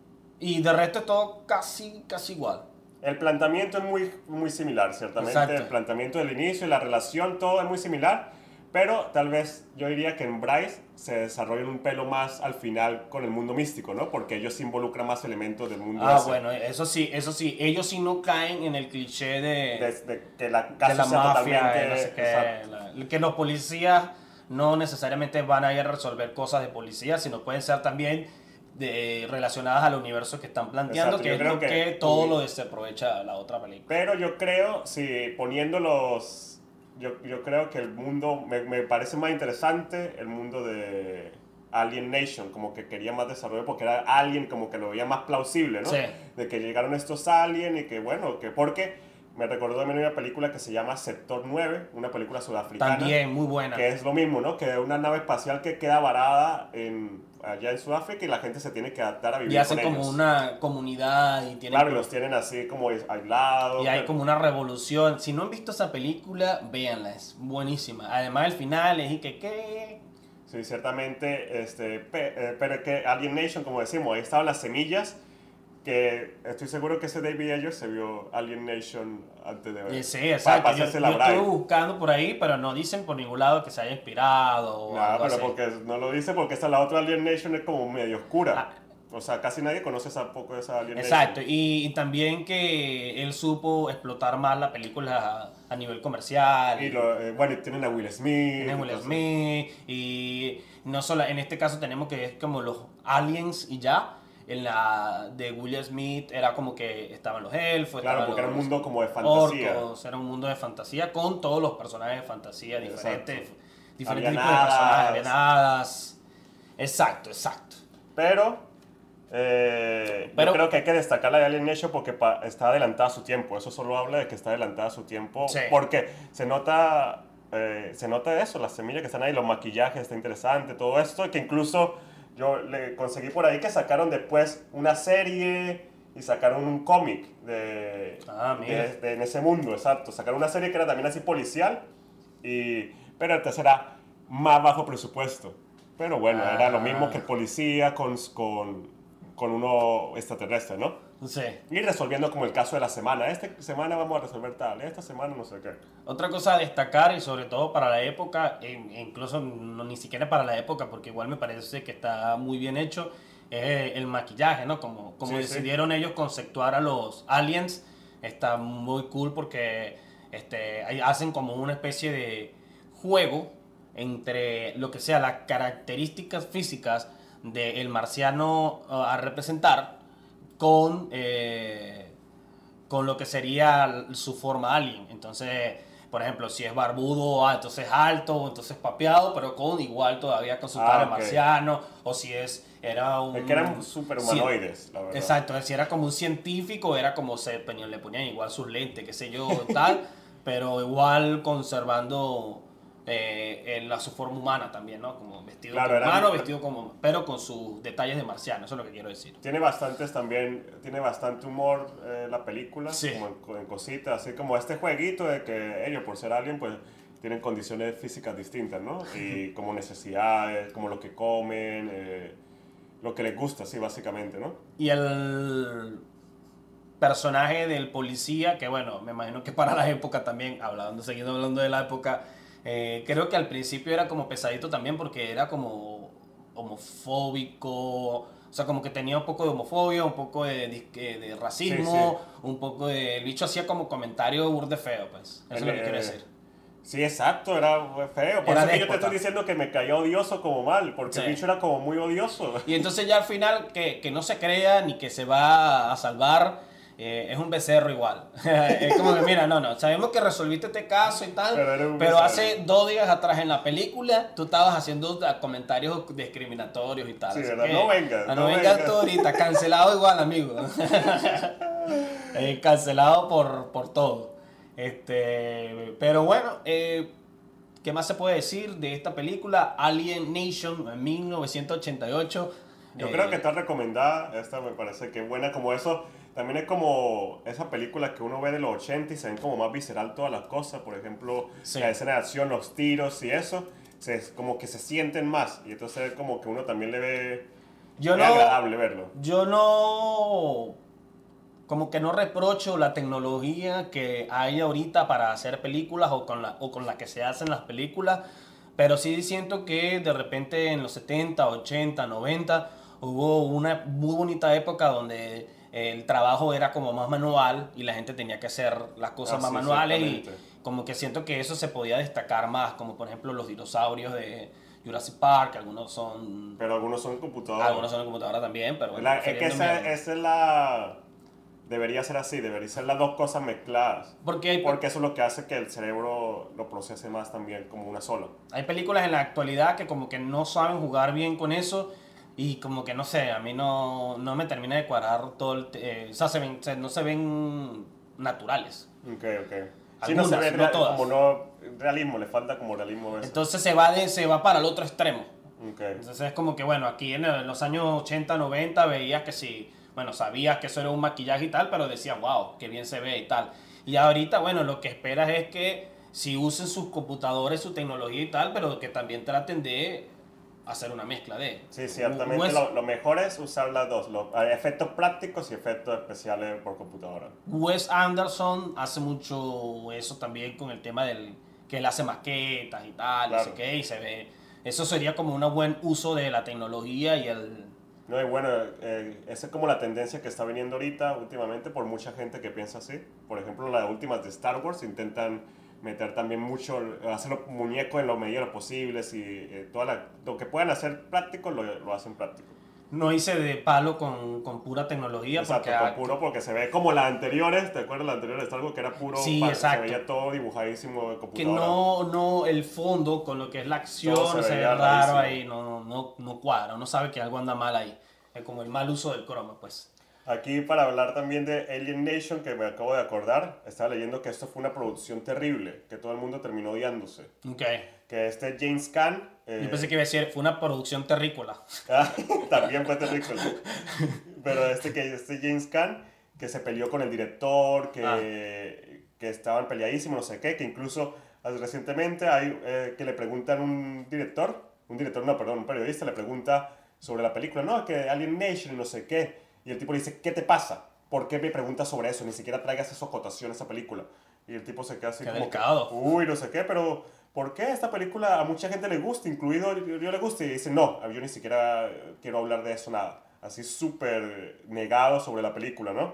y de resto es todo casi, casi igual. El planteamiento es muy, muy similar, ciertamente. Exacto. El planteamiento del inicio y la relación, todo es muy similar. Pero tal vez yo diría que en Bryce se desarrolla un pelo más al final con el mundo místico, ¿no? Porque ellos involucran más elementos del mundo Ah, ese. bueno, eso sí, eso sí, ellos sí no caen en el cliché de, Desde que la de casa la sea mafia, totalmente... de no sé qué, exacto. la- que los policías no necesariamente van a ir a resolver cosas de policía, sino pueden ser también de, relacionadas al universo que están planteando, Exacto, que yo es creo lo que- que todo uy. lo desaprovecha la otra película. Pero yo creo, si poniendo los... Yo, yo creo que el mundo, me, me parece más interesante el mundo de Alien Nation, como que quería más desarrollo porque era Alien, como que lo veía más plausible, ¿no? Sí. De que llegaron estos aliens y que bueno, que porque me recordó también una película que se llama Sector nueve, una película sudafricana. También, muy buena. Que es lo mismo, ¿no? Que es una nave espacial que queda varada en, allá en Sudáfrica y la gente se tiene que adaptar a vivir Y hacen con como ellos. una comunidad y tienen Claro, y los tienen así como aislados. y hay pero- como una revolución. Si no han visto esa película, véanla, es buenísima. Además el final es y que qué. Sí, ciertamente, este, pe- eh, pero que Alien Nation, como decimos, ahí estaban las semillas, que estoy seguro que ese David Ayer se vio Alien Nation antes de ver. Eh, Sí, exacto. Para Yo, hacerse yo la estuve Bride. buscando por ahí, pero no dicen por ningún lado que se haya inspirado o Nada, algo pero así. porque no lo dice porque esta la otra Alien Nation es como medio oscura. Ah. O sea, casi nadie conoce esa poco de esa Alien Exacto, Nation. y, y también que él supo explotar más la película a, a nivel comercial. Y lo, eh, bueno, y tienen a Will Smith. Tiene Will entonces- Smith y no solo en este caso tenemos que es como los aliens y ya. En la de Will Smith era como que estaban los elfos, Claro, estaban porque era un los mundo como de fantasía. orcos, era un mundo de fantasía con todos los personajes de fantasía diferentes, Exacto. diferentes Habían tipos de personajes, hadas. habían hadas. Exacto, exacto. Pero, eh, Pero- yo creo que hay que destacar la de Alien Nation porque pa- está adelantada a su tiempo. Eso solo habla de que está adelantada a su tiempo. Sí. Porque se nota, eh, se nota eso, las semillas que están ahí, los maquillajes, está interesante, todo esto. Que incluso yo le conseguí por ahí que sacaron después una serie y sacaron un cómic de, Ah, mira. de- de- en ese mundo, exacto. Sacaron una serie que era también así policial, y, pero entonces era más bajo presupuesto. Pero bueno, era lo mismo que el policía con, con, con uno extraterrestre, ¿no? Sí. Y resolviendo como el caso de la semana. Esta semana vamos a resolver tal, esta semana no sé qué. Otra cosa a destacar y sobre todo para la época, e e incluso no, ni siquiera para la época, porque igual me parece que está muy bien hecho, es el maquillaje, ¿no? Como, como Sí, sí. decidieron ellos conceptuar a los aliens, está muy cool porque este, ahí hacen como una especie de juego entre lo que sea las características físicas del marciano uh, a representar con, eh, con lo que sería su forma alien. Entonces, por ejemplo, si es barbudo, ah, entonces alto, entonces papeado, pero con igual todavía con su Ah, cara de ok. marciano, o si es era un... Es que eran super humanoides, la verdad. Exacto, si era como un científico, era como se le ponían igual sus lentes, qué sé yo, tal, pero igual conservando eh, el- la, su forma humana también, ¿no? Como vestido Claro, como eran, humano, vestido como, pero con sus detalles de marciano, eso es lo que quiero decir. tiene bastantes también, tiene bastante humor eh, la película, Sí. como en, en cositas, así como este jueguito de que ellos por ser alien pues tienen condiciones físicas distintas, ¿no? Y como necesidades, como lo que comen, eh, lo que les gusta, sí, básicamente, ¿no? Y el personaje del policía, que bueno, me imagino que para la época también, hablando, seguido hablando de la época, eh, creo que al principio era como pesadito también porque era como homofóbico, o sea, como que tenía un poco de homofobia, un poco de, de, de Sí, sí. racismo, un poco de... El bicho hacía como comentario burde feo, pues. Eso es lo que Eh, quiero decir. Sí, exacto, era feo. Por Era eso que yo te déspota. estoy diciendo que me cayó odioso como mal, porque Sí. el bicho era como muy odioso. Y entonces ya al final que, que no se crea ni que se va a salvar, eh, es un becerro igual. Es como que mira, no, no, sabemos que resolviste este caso y tal, Pero era un pero becerro. hace dos días atrás en la película tú estabas haciendo comentarios discriminatorios y tal. Sí, así ¿verdad? que, No vengas, ah, no, no vengas vengas. tú ahorita, cancelado igual, amigo. Eh, cancelado por, por todo. Este, pero bueno, eh, ¿qué más se puede decir de esta película? Alien Nation en mil novecientos ochenta y ocho. Yo Eh, creo que está recomendada, esta me parece que es buena, como eso, también es como esa película que uno ve de los ochenta y se ven como más visceral todas las cosas, por ejemplo, Sí. la escena de acción, los tiros y eso, se, como que se sienten más, y entonces como que uno también le ve, Yo es no, agradable verlo. yo no, como que no reprocho la tecnología que hay ahorita para hacer películas o con la, o con la que se hacen las películas, pero sí siento que de repente en los setenta, ochenta, noventa hubo una muy bonita época donde el trabajo era como más manual y la gente tenía que hacer las cosas Ah, más sí, manuales y ciertamente. como que siento que eso se podía destacar más, como por ejemplo los dinosaurios de Jurassic Park, algunos son, Pero algunos son computadoras. algunos son de computadora también, pero bueno, La- es que refiriéndome esa, a- esa es la... Debería ser así, deberían ser las dos cosas mezcladas. Porque hay, Porque eso es lo que hace que el cerebro lo procese más también como una sola. hay películas en la actualidad que como que no saben jugar bien con eso y como que no sé, a mí no, no me termina de cuadrar todo el... te- eh, o sea, se ven- se- no se ven naturales. Ok, ok. Sí, no se Algunas, ve no real- todas. como no realismo, le falta como realismo a veces. Entonces se va, de, se va para el otro extremo. Ok. Entonces es como que, bueno, aquí en, el- en los años ochenta, noventa veías que sí, bueno, sabías que eso era un maquillaje y tal, pero decías, wow, qué bien se ve y tal. Y ahorita, bueno, lo que esperas es que si usen sus computadores, su tecnología y tal, pero que también traten de hacer una mezcla de... Sí, ciertamente Wes, lo, lo mejor es usar las dos, los eh, efectos prácticos y efectos especiales por computadora. Wes Anderson hace mucho eso también con el tema del que él hace maquetas y tal, no sé Claro. qué, y se ve... Eso sería como un buen uso de la tecnología y el... No, y bueno, eh, esa es como la tendencia que está viniendo ahorita últimamente por mucha gente que piensa así. Por ejemplo, las últimas de Star Wars intentan meter también mucho, hacer los muñecos en lo medida posibles y eh, toda la, lo que puedan hacer práctico lo, lo hacen práctico. No hice de palo con, con pura tecnología Exacto, porque... con ah, puro porque se ve como las anteriores, ¿te acuerdas las anteriores de Star Wars que era puro, Sí, pa- exacto. se veía todo dibujadísimo de que computadora? no, no, el fondo con lo que es la acción Todo se se, ve veía raro rarísimo. ahí, no, no, no, no cuadra, uno sabe que algo anda mal ahí. Es como el mal uso del croma, pues. Aquí para hablar también de Alien Nation, que me acabo de acordar, estaba leyendo que esto fue una producción terrible, que todo el mundo terminó odiándose. Ok. Que este James Caan... eh, Yo pensé que iba a decir, fue una producción terrícola. ah, también fue terrible. Pero este, que, este James Caan, que se peleó con el director, que, Ah. que estaban peleadísimos, no sé qué, que incluso eh, recientemente hay eh, que le preguntan un director, un director, no, perdón, un periodista, le pregunta sobre la película, no, que Alien Nation y no sé qué, y el tipo le dice, ¿qué te pasa? ¿Por qué me preguntas sobre eso? Ni siquiera traigas esa cotación a esa película. Y el tipo se queda así Qué como que, delicado. uy, no sé qué, pero ¿por qué esta película a mucha gente le gusta, incluido yo, yo le gusta? Y dice, no, yo ni siquiera quiero hablar de eso, nada. Así súper negado sobre la película, ¿no?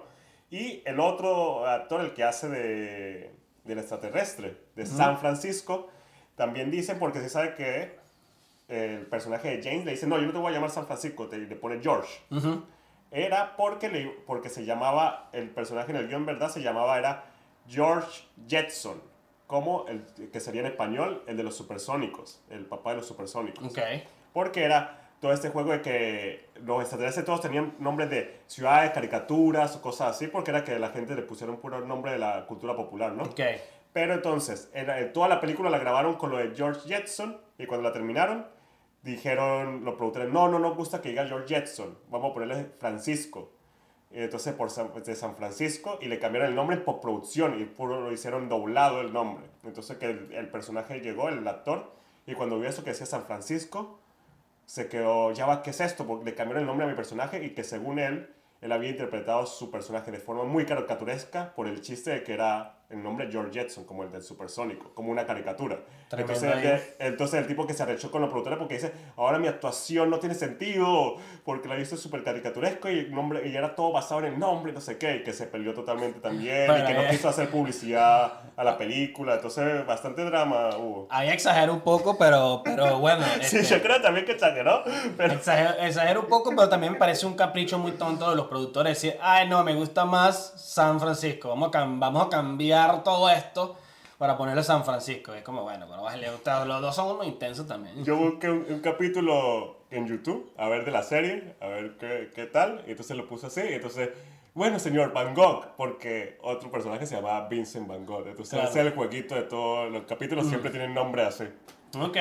Y el otro actor, el que hace de, del extraterrestre, de San Francisco, también dicen, porque se sabe que el personaje de James le dice, no, yo no te voy a llamar San Francisco, te, le pone George. Uh-huh. Era porque, le, porque se llamaba, el personaje en el guión, ¿verdad? Se llamaba, era George Jetson, como el que sería en español el de los supersónicos, el papá de los supersónicos. Okay. Porque era todo este juego de que los extraterrestres todos tenían nombres de ciudades, caricaturas o cosas así, porque era que la gente le pusieron puro nombre de la cultura popular, ¿no? Okay. Pero entonces, en, toda la película la grabaron con lo de George Jetson, y cuando la terminaron, dijeron los productores, no, no nos gusta que diga George Jetson, vamos a ponerle Francisco. Y entonces por San, de San Francisco, y le cambiaron el nombre en postproducción, y puro lo hicieron doblado el nombre. Entonces que el, el personaje llegó, el actor, y cuando vio eso que decía San Francisco, se quedó, ya va, ¿qué es esto? Porque le cambiaron el nombre a mi personaje, y que según él, él había interpretado su personaje de forma muy caricaturesca por el chiste de que era el nombre George Jetson, como el del supersónico, como una caricatura. Entonces el, entonces el tipo que se arrechó con los productores porque dice, ahora mi actuación no tiene sentido, porque la he visto súper caricaturesco y, el nombre, y era todo basado en el nombre, no sé qué, y que se peleó totalmente también, bueno, y que no quiso hacer publicidad a la película, entonces bastante drama hubo. Ahí exagero un poco, pero, pero bueno. Sí, este, yo creo también que exageró. Pero... Exagero, exagero un poco, pero también me parece un capricho muy tonto de los productores decir, ay no, me gusta más San Francisco, vamos a, vamos a cambiar todo esto para ponerle San Francisco. Es como, bueno, pero le gusta, los dos son unos intensos también. Yo busqué un, un capítulo en YouTube, a ver de la serie, a ver qué, qué tal, y entonces lo puse así, y entonces, bueno, señor Van Gogh, porque otro personaje se llamaba Vincent Van Gogh, entonces claro. Ese es el jueguito de todos los capítulos, mm. siempre tienen nombre así. Ok.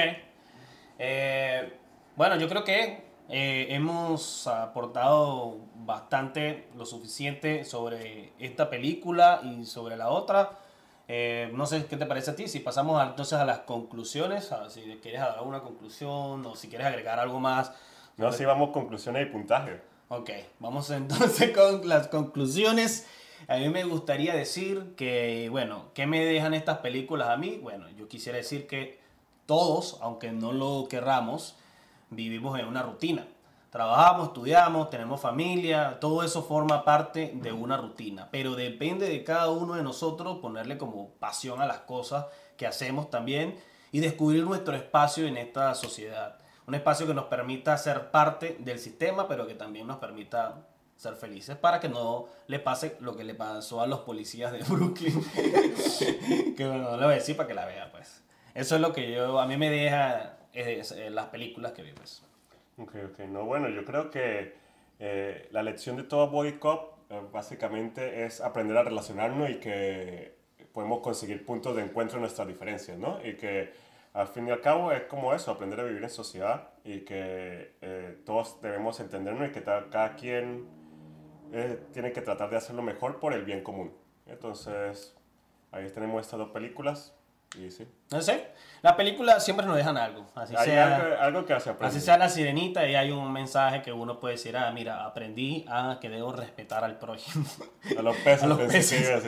Eh, bueno, yo creo que eh, hemos aportado bastante, lo suficiente sobre esta película y sobre la otra. Eh, no sé qué te parece a ti, si pasamos a, entonces a las conclusiones, a, si quieres dar alguna conclusión o si quieres agregar algo más. No, si vamos conclusiones y puntaje. Ok, vamos entonces con las conclusiones. A mí me gustaría decir que, bueno, ¿qué me dejan estas películas a mí? Bueno, yo quisiera decir que todos, aunque no lo querramos, vivimos en una rutina. Trabajamos, estudiamos, tenemos familia, todo eso forma parte de una rutina. Pero depende de cada uno de nosotros ponerle como pasión a las cosas que hacemos también y descubrir nuestro espacio en esta sociedad. Un espacio que nos permita ser parte del sistema, pero que también nos permita ser felices para que no le pase lo que le pasó a los policías de Brooklyn. Que bueno, no le voy a decir para que la vea, pues. Eso es lo que yo, a mí me deja es, es, las películas que vi, pues. Ok, ok. No, bueno, yo creo que eh, la lección de todo Body Cop eh, básicamente es aprender a relacionarnos y que podemos conseguir puntos de encuentro en nuestras diferencias, ¿no? Y que al fin y al cabo es como eso, aprender a vivir en sociedad y que eh, todos debemos entendernos y que ta, cada quien eh, tiene que tratar de hacerlo mejor por el bien común. Entonces, ahí tenemos estas dos películas. Y sí. No sé, las películas siempre nos dejan algo. Así hay sea, algo, algo que se aprende. Así sea La Sirenita y hay un mensaje que uno puede decir, ah, mira, aprendí a que debo respetar al prójimo. A los peces. A los peces.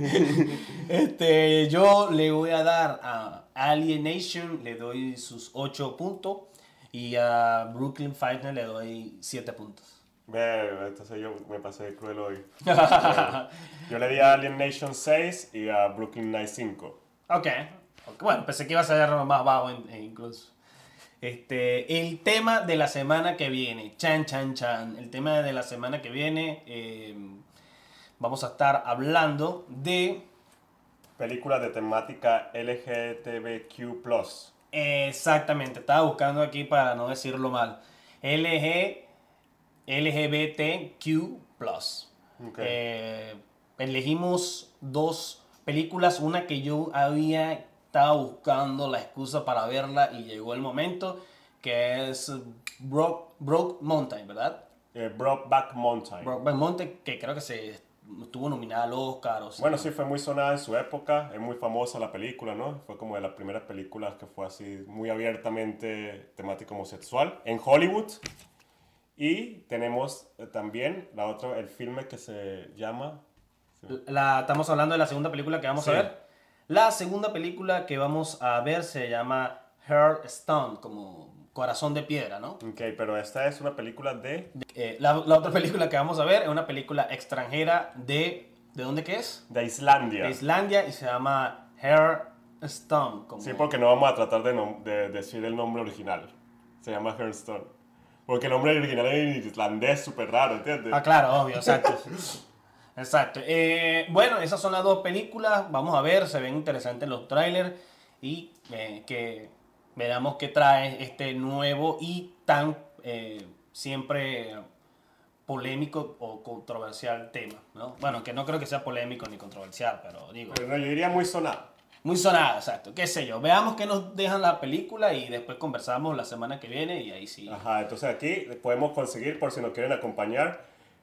este, yo le voy a dar a Alienation, le doy sus ocho puntos y a Brooklyn Nine-Nine le doy siete puntos. Ve, entonces yo me pasé cruel hoy. Yo le di a Alienation seis y a Brooklyn Nine cinco. Ok, bueno, pensé que iba a ser más bajo incluso. Este, el tema de la semana que viene, chan, chan, chan. El tema de la semana que viene, eh, vamos a estar hablando de... películas de temática L G B T Q plus. Exactamente, estaba buscando aquí para no decirlo mal. L G, L G B T Q plus. Okay. Eh, elegimos dos películas, una que yo había estado buscando la excusa para verla y llegó el momento, que es Broke, Broke Mountain, ¿verdad? Eh, Brokeback Mountain. Brokeback Mountain, que creo que se estuvo nominada al Oscar. O sea. Bueno, sí, fue muy sonada en su época, es muy famosa la película, ¿no? Fue como de las primeras películas que fue así muy abiertamente temática homosexual en Hollywood. Y tenemos también la otra, el filme que se llama... La, estamos hablando de la segunda película que vamos sí. a ver. La segunda película que vamos a ver se llama Heart Stone, como corazón de piedra, ¿no? Ok, pero esta es una película de... Eh, la, la otra película que vamos a ver es una película extranjera de ¿De dónde que es? De Islandia. De Islandia y se llama Hearthstone. Como... Sí, porque no vamos a tratar de, nom- de decir el nombre original. Se llama Hearthstone. Porque el nombre original en islandés es súper raro, ¿entiendes? Ah, claro, obvio, exacto. Exacto. Eh, bueno, esas son las dos películas. Vamos a ver, se ven interesantes los trailers. Y eh, que veamos qué trae este nuevo y tan eh, siempre polémico o controversial tema, ¿no? Bueno, que no creo que sea polémico ni controversial, pero digo... Pero no, yo diría muy sonado. Muy sonada, exacto. Qué sé yo. Veamos qué nos dejan la película y después conversamos la semana que viene y ahí sí. Ajá, entonces aquí podemos conseguir, por si nos quieren acompañar,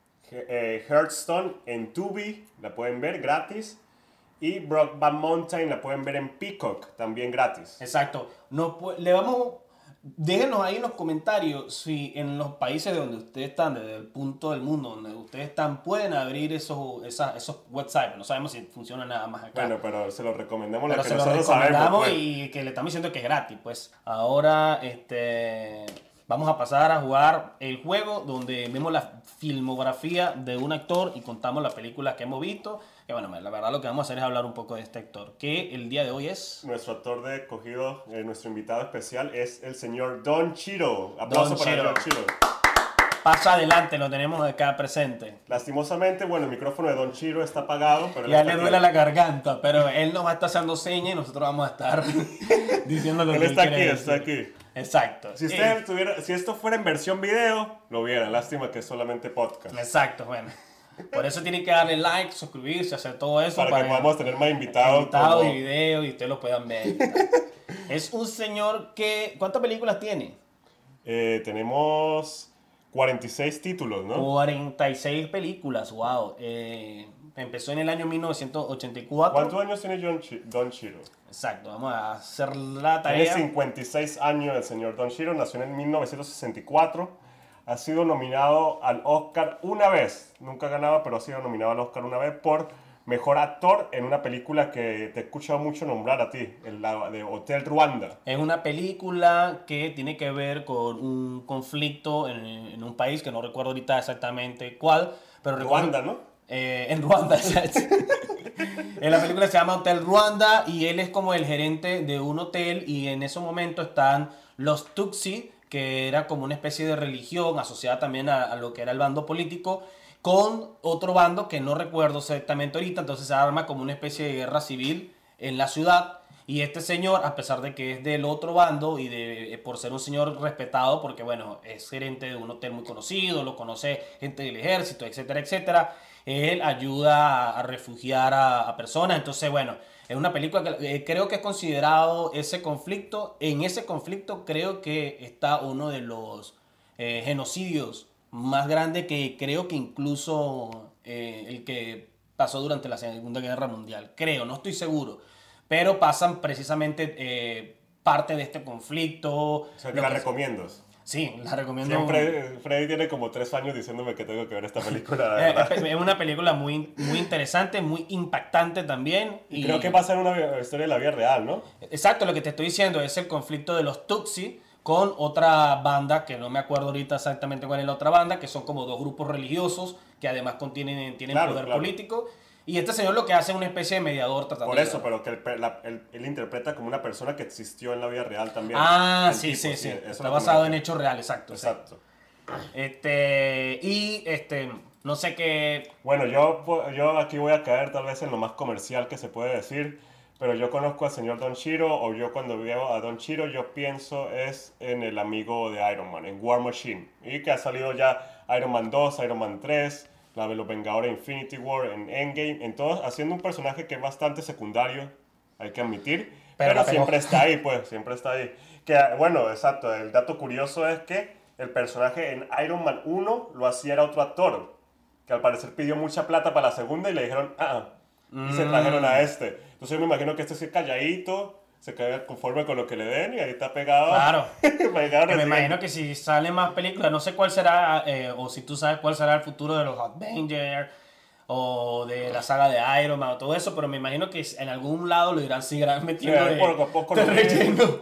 eh, Hearthstone en Tubi, la pueden ver gratis. Y Brokeback Mountain la pueden ver en Peacock, también gratis. Exacto. No, le vamos... Déjenos ahí en los comentarios si en los países donde ustedes están, desde el punto del mundo donde ustedes están, pueden abrir esos, esas, esos websites. No sabemos si funciona nada más acá. Bueno, pero se lo recomendamos Pero lo que se lo nosotros recomendamos sabemos, pues. y que le estamos diciendo que es gratis, pues. Ahora, este... vamos a pasar a jugar el juego donde vemos la filmografía de un actor y contamos las películas que hemos visto. Que bueno, la verdad lo que vamos a hacer es hablar un poco de este actor, que el día de hoy es... Nuestro actor de escogido, eh, nuestro invitado especial es el señor Don Cheadle. Aplauso Don para Cheadle. Don Cheadle. Pasa adelante, lo tenemos acá presente. Lastimosamente, bueno, el micrófono de Don Cheadle está apagado, pero él Ya está le aquí. duele la garganta, pero él nos va a estar haciendo señas y nosotros vamos a estar diciendo lo Él que está él aquí, quiere está decir. aquí. Exacto. Si, Eh, usted estuviera, si esto fuera en versión video, lo vieran. Lástima que es solamente podcast. Exacto, bueno. Por eso tienen que darle like, suscribirse, hacer todo eso. Para, que podamos tener más invitados. invitados como- y videos y ustedes lo puedan ver. Es un señor que... ¿Cuántas películas tiene? Eh, tenemos cuarenta y seis títulos, ¿no? cuarenta y seis películas, wow. Eh, empezó en el año mil novecientos ochenta y cuatro. ¿Cuántos años tiene John Chi- Don Cheadle? Exacto, vamos a hacer la Tiene tarea. cincuenta y seis años el señor Don Cheadle, nació en mil novecientos sesenta y cuatro. Ha sido nominado al Oscar una vez, nunca ha ganado, pero ha sido nominado al Oscar una vez por Mejor Actor en una película que te he escuchado mucho nombrar a ti, el la- de Hotel Ruanda. Es una película que tiene que ver con un conflicto en, en un país que no recuerdo ahorita exactamente cuál, pero recuerdo- Ruanda, ¿no? Eh, en Ruanda, exacto. En la película se llama Hotel Ruanda y él es como el gerente de un hotel y en ese momento están los Tutsi, que era como una especie de religión asociada también a, a lo que era el bando político, con otro bando que no recuerdo exactamente ahorita, entonces se arma como una especie de guerra civil en la ciudad. Y este señor, a pesar de que es del otro bando y de eh, por ser un señor respetado, porque bueno, es gerente de un hotel muy conocido, lo conoce gente del ejército, etcétera, etcétera, él ayuda a, a refugiar a, a personas. Entonces, bueno, es una película que eh, creo que es considerado ese conflicto. En ese conflicto creo que está uno de los eh, genocidios más grandes que creo que incluso eh, el que pasó durante la Segunda Guerra Mundial. Creo, no estoy seguro. Pero pasan precisamente eh, parte de este conflicto. O sea, que Lo la que- recomiendas. Sí, la recomiendo. Siempre, Freddy tiene como tres años diciéndome que tengo que ver esta película, de Eh, verdad. Es una película muy, muy interesante, muy impactante también. Y creo que pasa en una vi- historia de la vida real, ¿no? Exacto, lo que te estoy diciendo es el conflicto de los Tutsi con otra banda, que no me acuerdo ahorita exactamente cuál es la otra banda, que son como dos grupos religiosos que además contienen, tienen Claro, poder claro. político. Y este señor lo que hace es una especie de mediador tratando Por de- eso, pero que él, per- la- él- él interpreta como una persona que existió en la vida real también. Ah, El sí, tipo, sí, sí. eso es Está lo que basado me en refiero. hechos reales, exacto. sí. Exacto. Este, y este, no sé qué. Bueno, yo, po- yo aquí voy a caer tal vez en lo más comercial que se puede decir, pero yo conozco al señor Don Cheadle, o yo cuando veo a Don Cheadle, yo pienso es en el amigo de Iron Man, en War Machine, y que ha salido ya Iron Man dos, Iron Man tres, la de los Vengadores Infinity War, en Endgame, en todos, haciendo un personaje que es bastante secundario, hay que admitir, Pero pero, la pegó. siempre está ahí, pues, siempre está ahí. Que, bueno, exacto, el dato curioso es que el personaje en Iron Man uno lo hacía era otro actor, que al parecer pidió mucha plata para la segunda y le dijeron, ah, y se trajeron a este. Entonces yo me imagino que este sí es calladito, se queda conforme con lo que le den y ahí está pegado. Claro. para llegar a Que me recibir. imagino que si salen más películas, no sé cuál será, eh, o si tú sabes cuál será el futuro de los Avengers, o de la saga de Iron Man, o todo eso, pero me imagino que en algún lado lo irán, seguirán metiendo Sí, de, poco a poco de lo- relleno.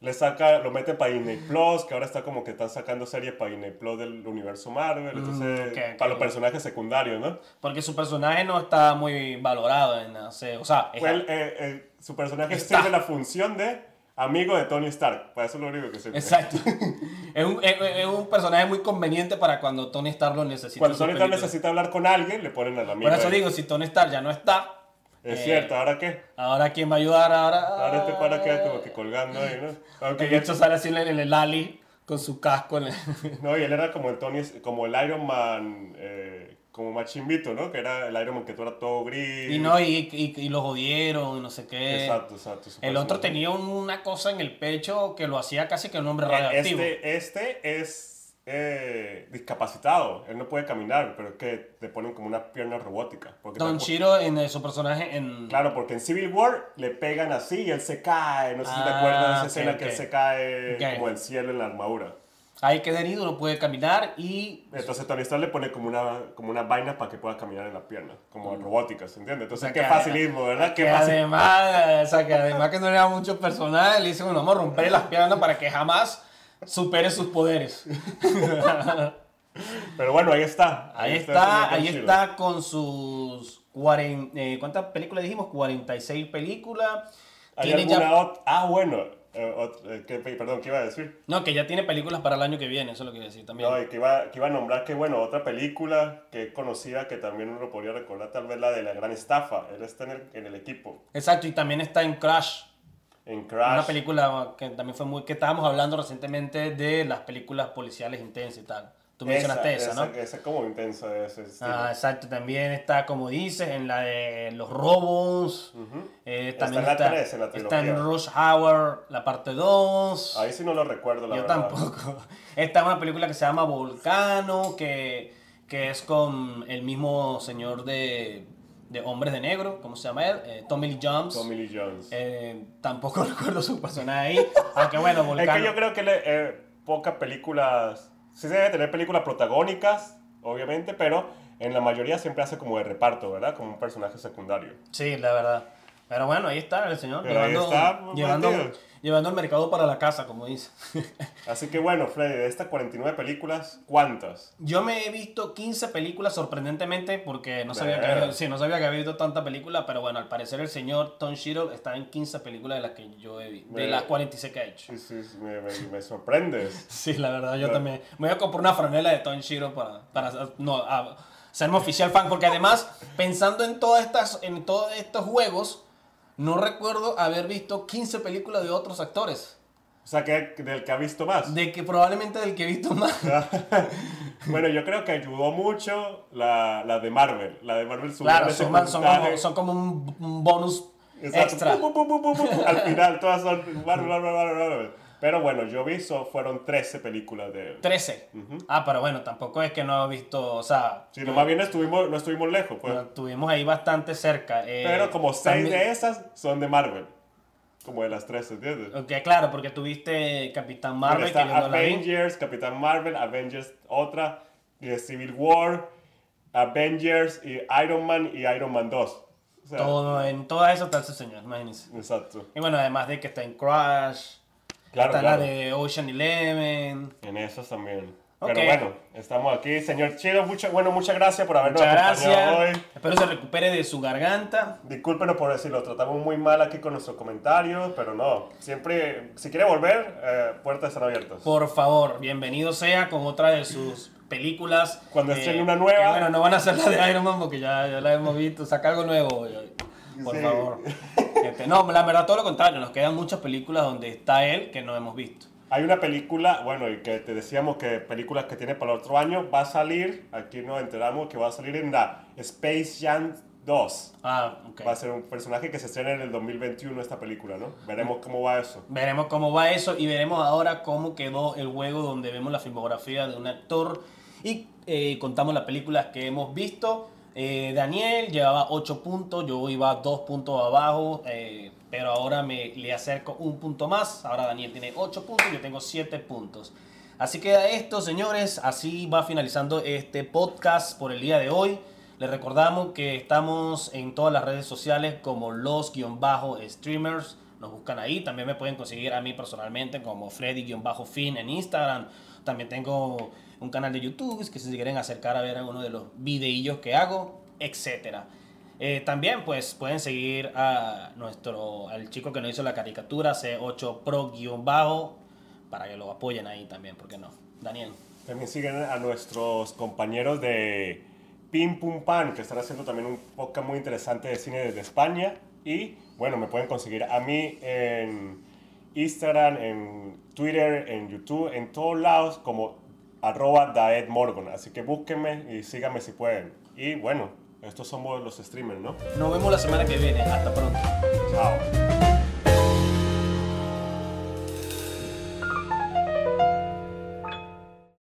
le saca, lo mete para Disney Plus, que ahora está como que están sacando series para Disney Plus del universo Marvel, entonces, Mm, ok, para ok. los personajes secundarios, ¿no? Porque su personaje no está muy valorado en hacer, o sea, es- Pues él, eh, eh, su personaje Está. sirve la función de amigo de Tony Stark, para eso es lo único que sirve. exacto. es, un, es, es un personaje muy conveniente para cuando Tony Stark lo necesita. Cuando en sus Tony Stark películas. necesita hablar con alguien, le ponen al amigo. Por eso ahí. digo, si Tony Stark ya no está, Es eh, cierto, ¿ahora qué? ahora quién va a ayudar ahora. Ahora este para queda como que colgando ahí, ¿no? Aunque El ya- bicho sale así en el, en el alley con su casco. En el- no, y él era como el Tony, como el Iron Man, eh, como más chimbito, ¿no? Que era el Iron Man que tú era todo gris. y no, y, y, y lo jodieron, y no sé qué. Exacto, exacto. su El otro personaje. tenía una cosa en el pecho que lo hacía casi que un hombre Eh, radioactivo. Este, este es eh, discapacitado, él no puede caminar, pero es que te ponen como una pierna robótica. Porque Don te- Chiro en eh, su personaje en... Claro, porque en Civil War le pegan así y él se cae. No sé si te Ah, acuerdas de esa ok, escena ok. que él se cae Ok. como del cielo en la armadura. Ahí queda herido, no puede caminar y... Entonces Tony Stark le pone como una, como una vaina para que pueda caminar en la pierna, como robótica, ¿se entiende? Entonces, Mm. O sea, qué que- facilismo, ¿verdad? Que Qué fácil. además, o sea, que además que no era mucho personal, le dicen, bueno, vamos a romper las piernas para que jamás supere sus poderes. Pero bueno, ahí está. Ahí el está, señor ahí Don está con sus cuarenta, eh, ¿cuántas películas dijimos? cuarenta y seis películas. ¿Hay Tiene alguna ya, ot- Ah, bueno. eh, ot- eh, ¿qué- perdón, ¿qué iba a decir? no, que ya tiene películas para el año que viene, eso es lo que iba a decir también. No, y que iba, que iba a nombrar que, bueno, otra película que es conocida que también uno podría recordar, tal vez la de La Gran Estafa. Él está en el, en el equipo. Exacto, y también está en Crash, En Crash. una película que también fue muy, que estábamos hablando recientemente de las películas policiales intensas y tal. Tú mencionaste esa, ¿no? Esa, esa es como intensa de ese estilo. Ah, exacto, también está, como dices, en la de los Robos. Ujú. eh, Está también en la está, tres, en la está en trilogía. Rush Hour, la parte dos. Ahí sí no lo recuerdo, la Yo verdad. tampoco. Está una película que se llama Volcano, que, que es con el mismo señor de, de Hombres de Negro, ¿cómo se llama él? Eh, Tommy Lee Jones. Tommy Lee Jones. Eh, tampoco recuerdo su personaje ahí. Aunque bueno, Es Volcano. que yo creo que le- eh, pocas películas, sí se debe tener películas protagónicas, obviamente, pero en la mayoría siempre hace como de reparto, ¿verdad? Como un personaje secundario. Sí, la verdad. Pero bueno, ahí está el señor, Pero ahí llevando, está, pues, llevando, metido. llevando el mercado para la casa, como dice. Así que bueno, Freddy, de estas cuarenta y nueve películas, ¿cuántas? Yo me he visto quince películas sorprendentemente porque no sabía, que Ver. había, sí, no sabía que había visto tanta película, pero bueno, al parecer el señor Tom Shiro está en quince películas de las que yo he visto, de Ver. las cuarenta y seis que ha hecho. Sí, sí, sí, me, me, me sorprendes. Sí, la verdad, yo Ver. también. Me voy a comprar una franela de Tom Shiro para, para no, a- serme oficial fan, porque además, pensando en, todas estas, en todos estos juegos, no recuerdo haber visto quince películas de otros actores. O sea, que del que ha visto más. De que probablemente del que he visto más. Bueno, yo creo que ayudó mucho la, la de Marvel. La de Marvel subió Claro, ese son, más- son puntaje. como, son como un, un bonus Exacto. extra. Pum, pum, pum, pum, pum, pum. Al final, todas son. Marvel, Marvel, Marvel, Marvel. Pero bueno, yo vi, so- fueron trece películas de él. trece. Ujú. Ah, pero bueno, tampoco es que no he visto, o sea, Sí, no, más bien no estuvimos, no estuvimos lejos, pues. no, estuvimos ahí bastante cerca. eh, Pero como seis también- de esas son de Marvel. Como de las tres, ¿entiendes? Ok, claro, porque tuviste Capitán Bueno, Marvel, que está yo no la vi. Avengers, Capitán Marvel, Avengers otra, y de Civil War, Avengers, y Iron Man y Iron Man dos. O sea, Todo, en todas esas está ese señor, imagínense. Exacto. Y bueno, además de que está en Crash, Claro, está claro. la de Ocean Eleven. En esas también. Ok. Pero bueno, estamos aquí. Señor Chido, mucha, bueno, muchas gracias por habernos Muchas acompañado gracias. hoy. Espero se recupere de su garganta. Discúlpenos por decirlo, tratamos muy mal aquí con nuestros comentarios, pero no. Siempre, si quiere volver, eh, puertas están abiertas. Por favor, bienvenido sea con otra de sus películas. Cuando eh, estrene una nueva. que, bueno, no van a ser la de Iron Man porque ya, ya la hemos visto. Saca algo nuevo. Por Sí. favor. Este, no, la verdad, todo lo contrario. Nos quedan muchas películas donde está él que no hemos visto. Hay una película, bueno, y que te decíamos que películas que tiene para el otro año, va a salir, aquí nos enteramos que va a salir en la Space Jam dos. Ah, ok. Va a ser un personaje que se estrena en el dos mil veintiuno esta película, ¿no? Veremos cómo va eso. Veremos cómo va eso y veremos ahora cómo quedó el juego donde vemos la filmografía de un actor y eh, contamos las películas que hemos visto. Eh, Daniel llevaba ocho puntos, yo iba dos puntos abajo, eh, pero ahora me le acerco un punto más. Ahora Daniel tiene ocho puntos, yo tengo siete puntos. Así queda esto, señores. Así va finalizando este podcast por el día de hoy. Les recordamos que estamos en todas las redes sociales como los-streamers. Nos nos buscan ahí. También me pueden conseguir a mí personalmente como Freddy-Fin en Instagram. También tengo un canal de YouTube que si se quieren acercar a ver algunos de los videillos que hago, etcétera. Eh, también pues pueden seguir a nuestro, al chico que nos hizo la caricatura, C ocho Pro-bajo, para que lo apoyen ahí también, ¿por qué no? Daniel. También siguen a nuestros compañeros de Pim Pum Pan, que están haciendo también un podcast muy interesante de cine desde España. Y bueno, me pueden conseguir a mí en Instagram, en Twitter, en YouTube, en todos lados como arroba Daed Morgan. Así que búsquenme y síganme si pueden. Y bueno, estos somos los streamers, ¿no? Nos vemos la semana que viene. Hasta pronto. Chao.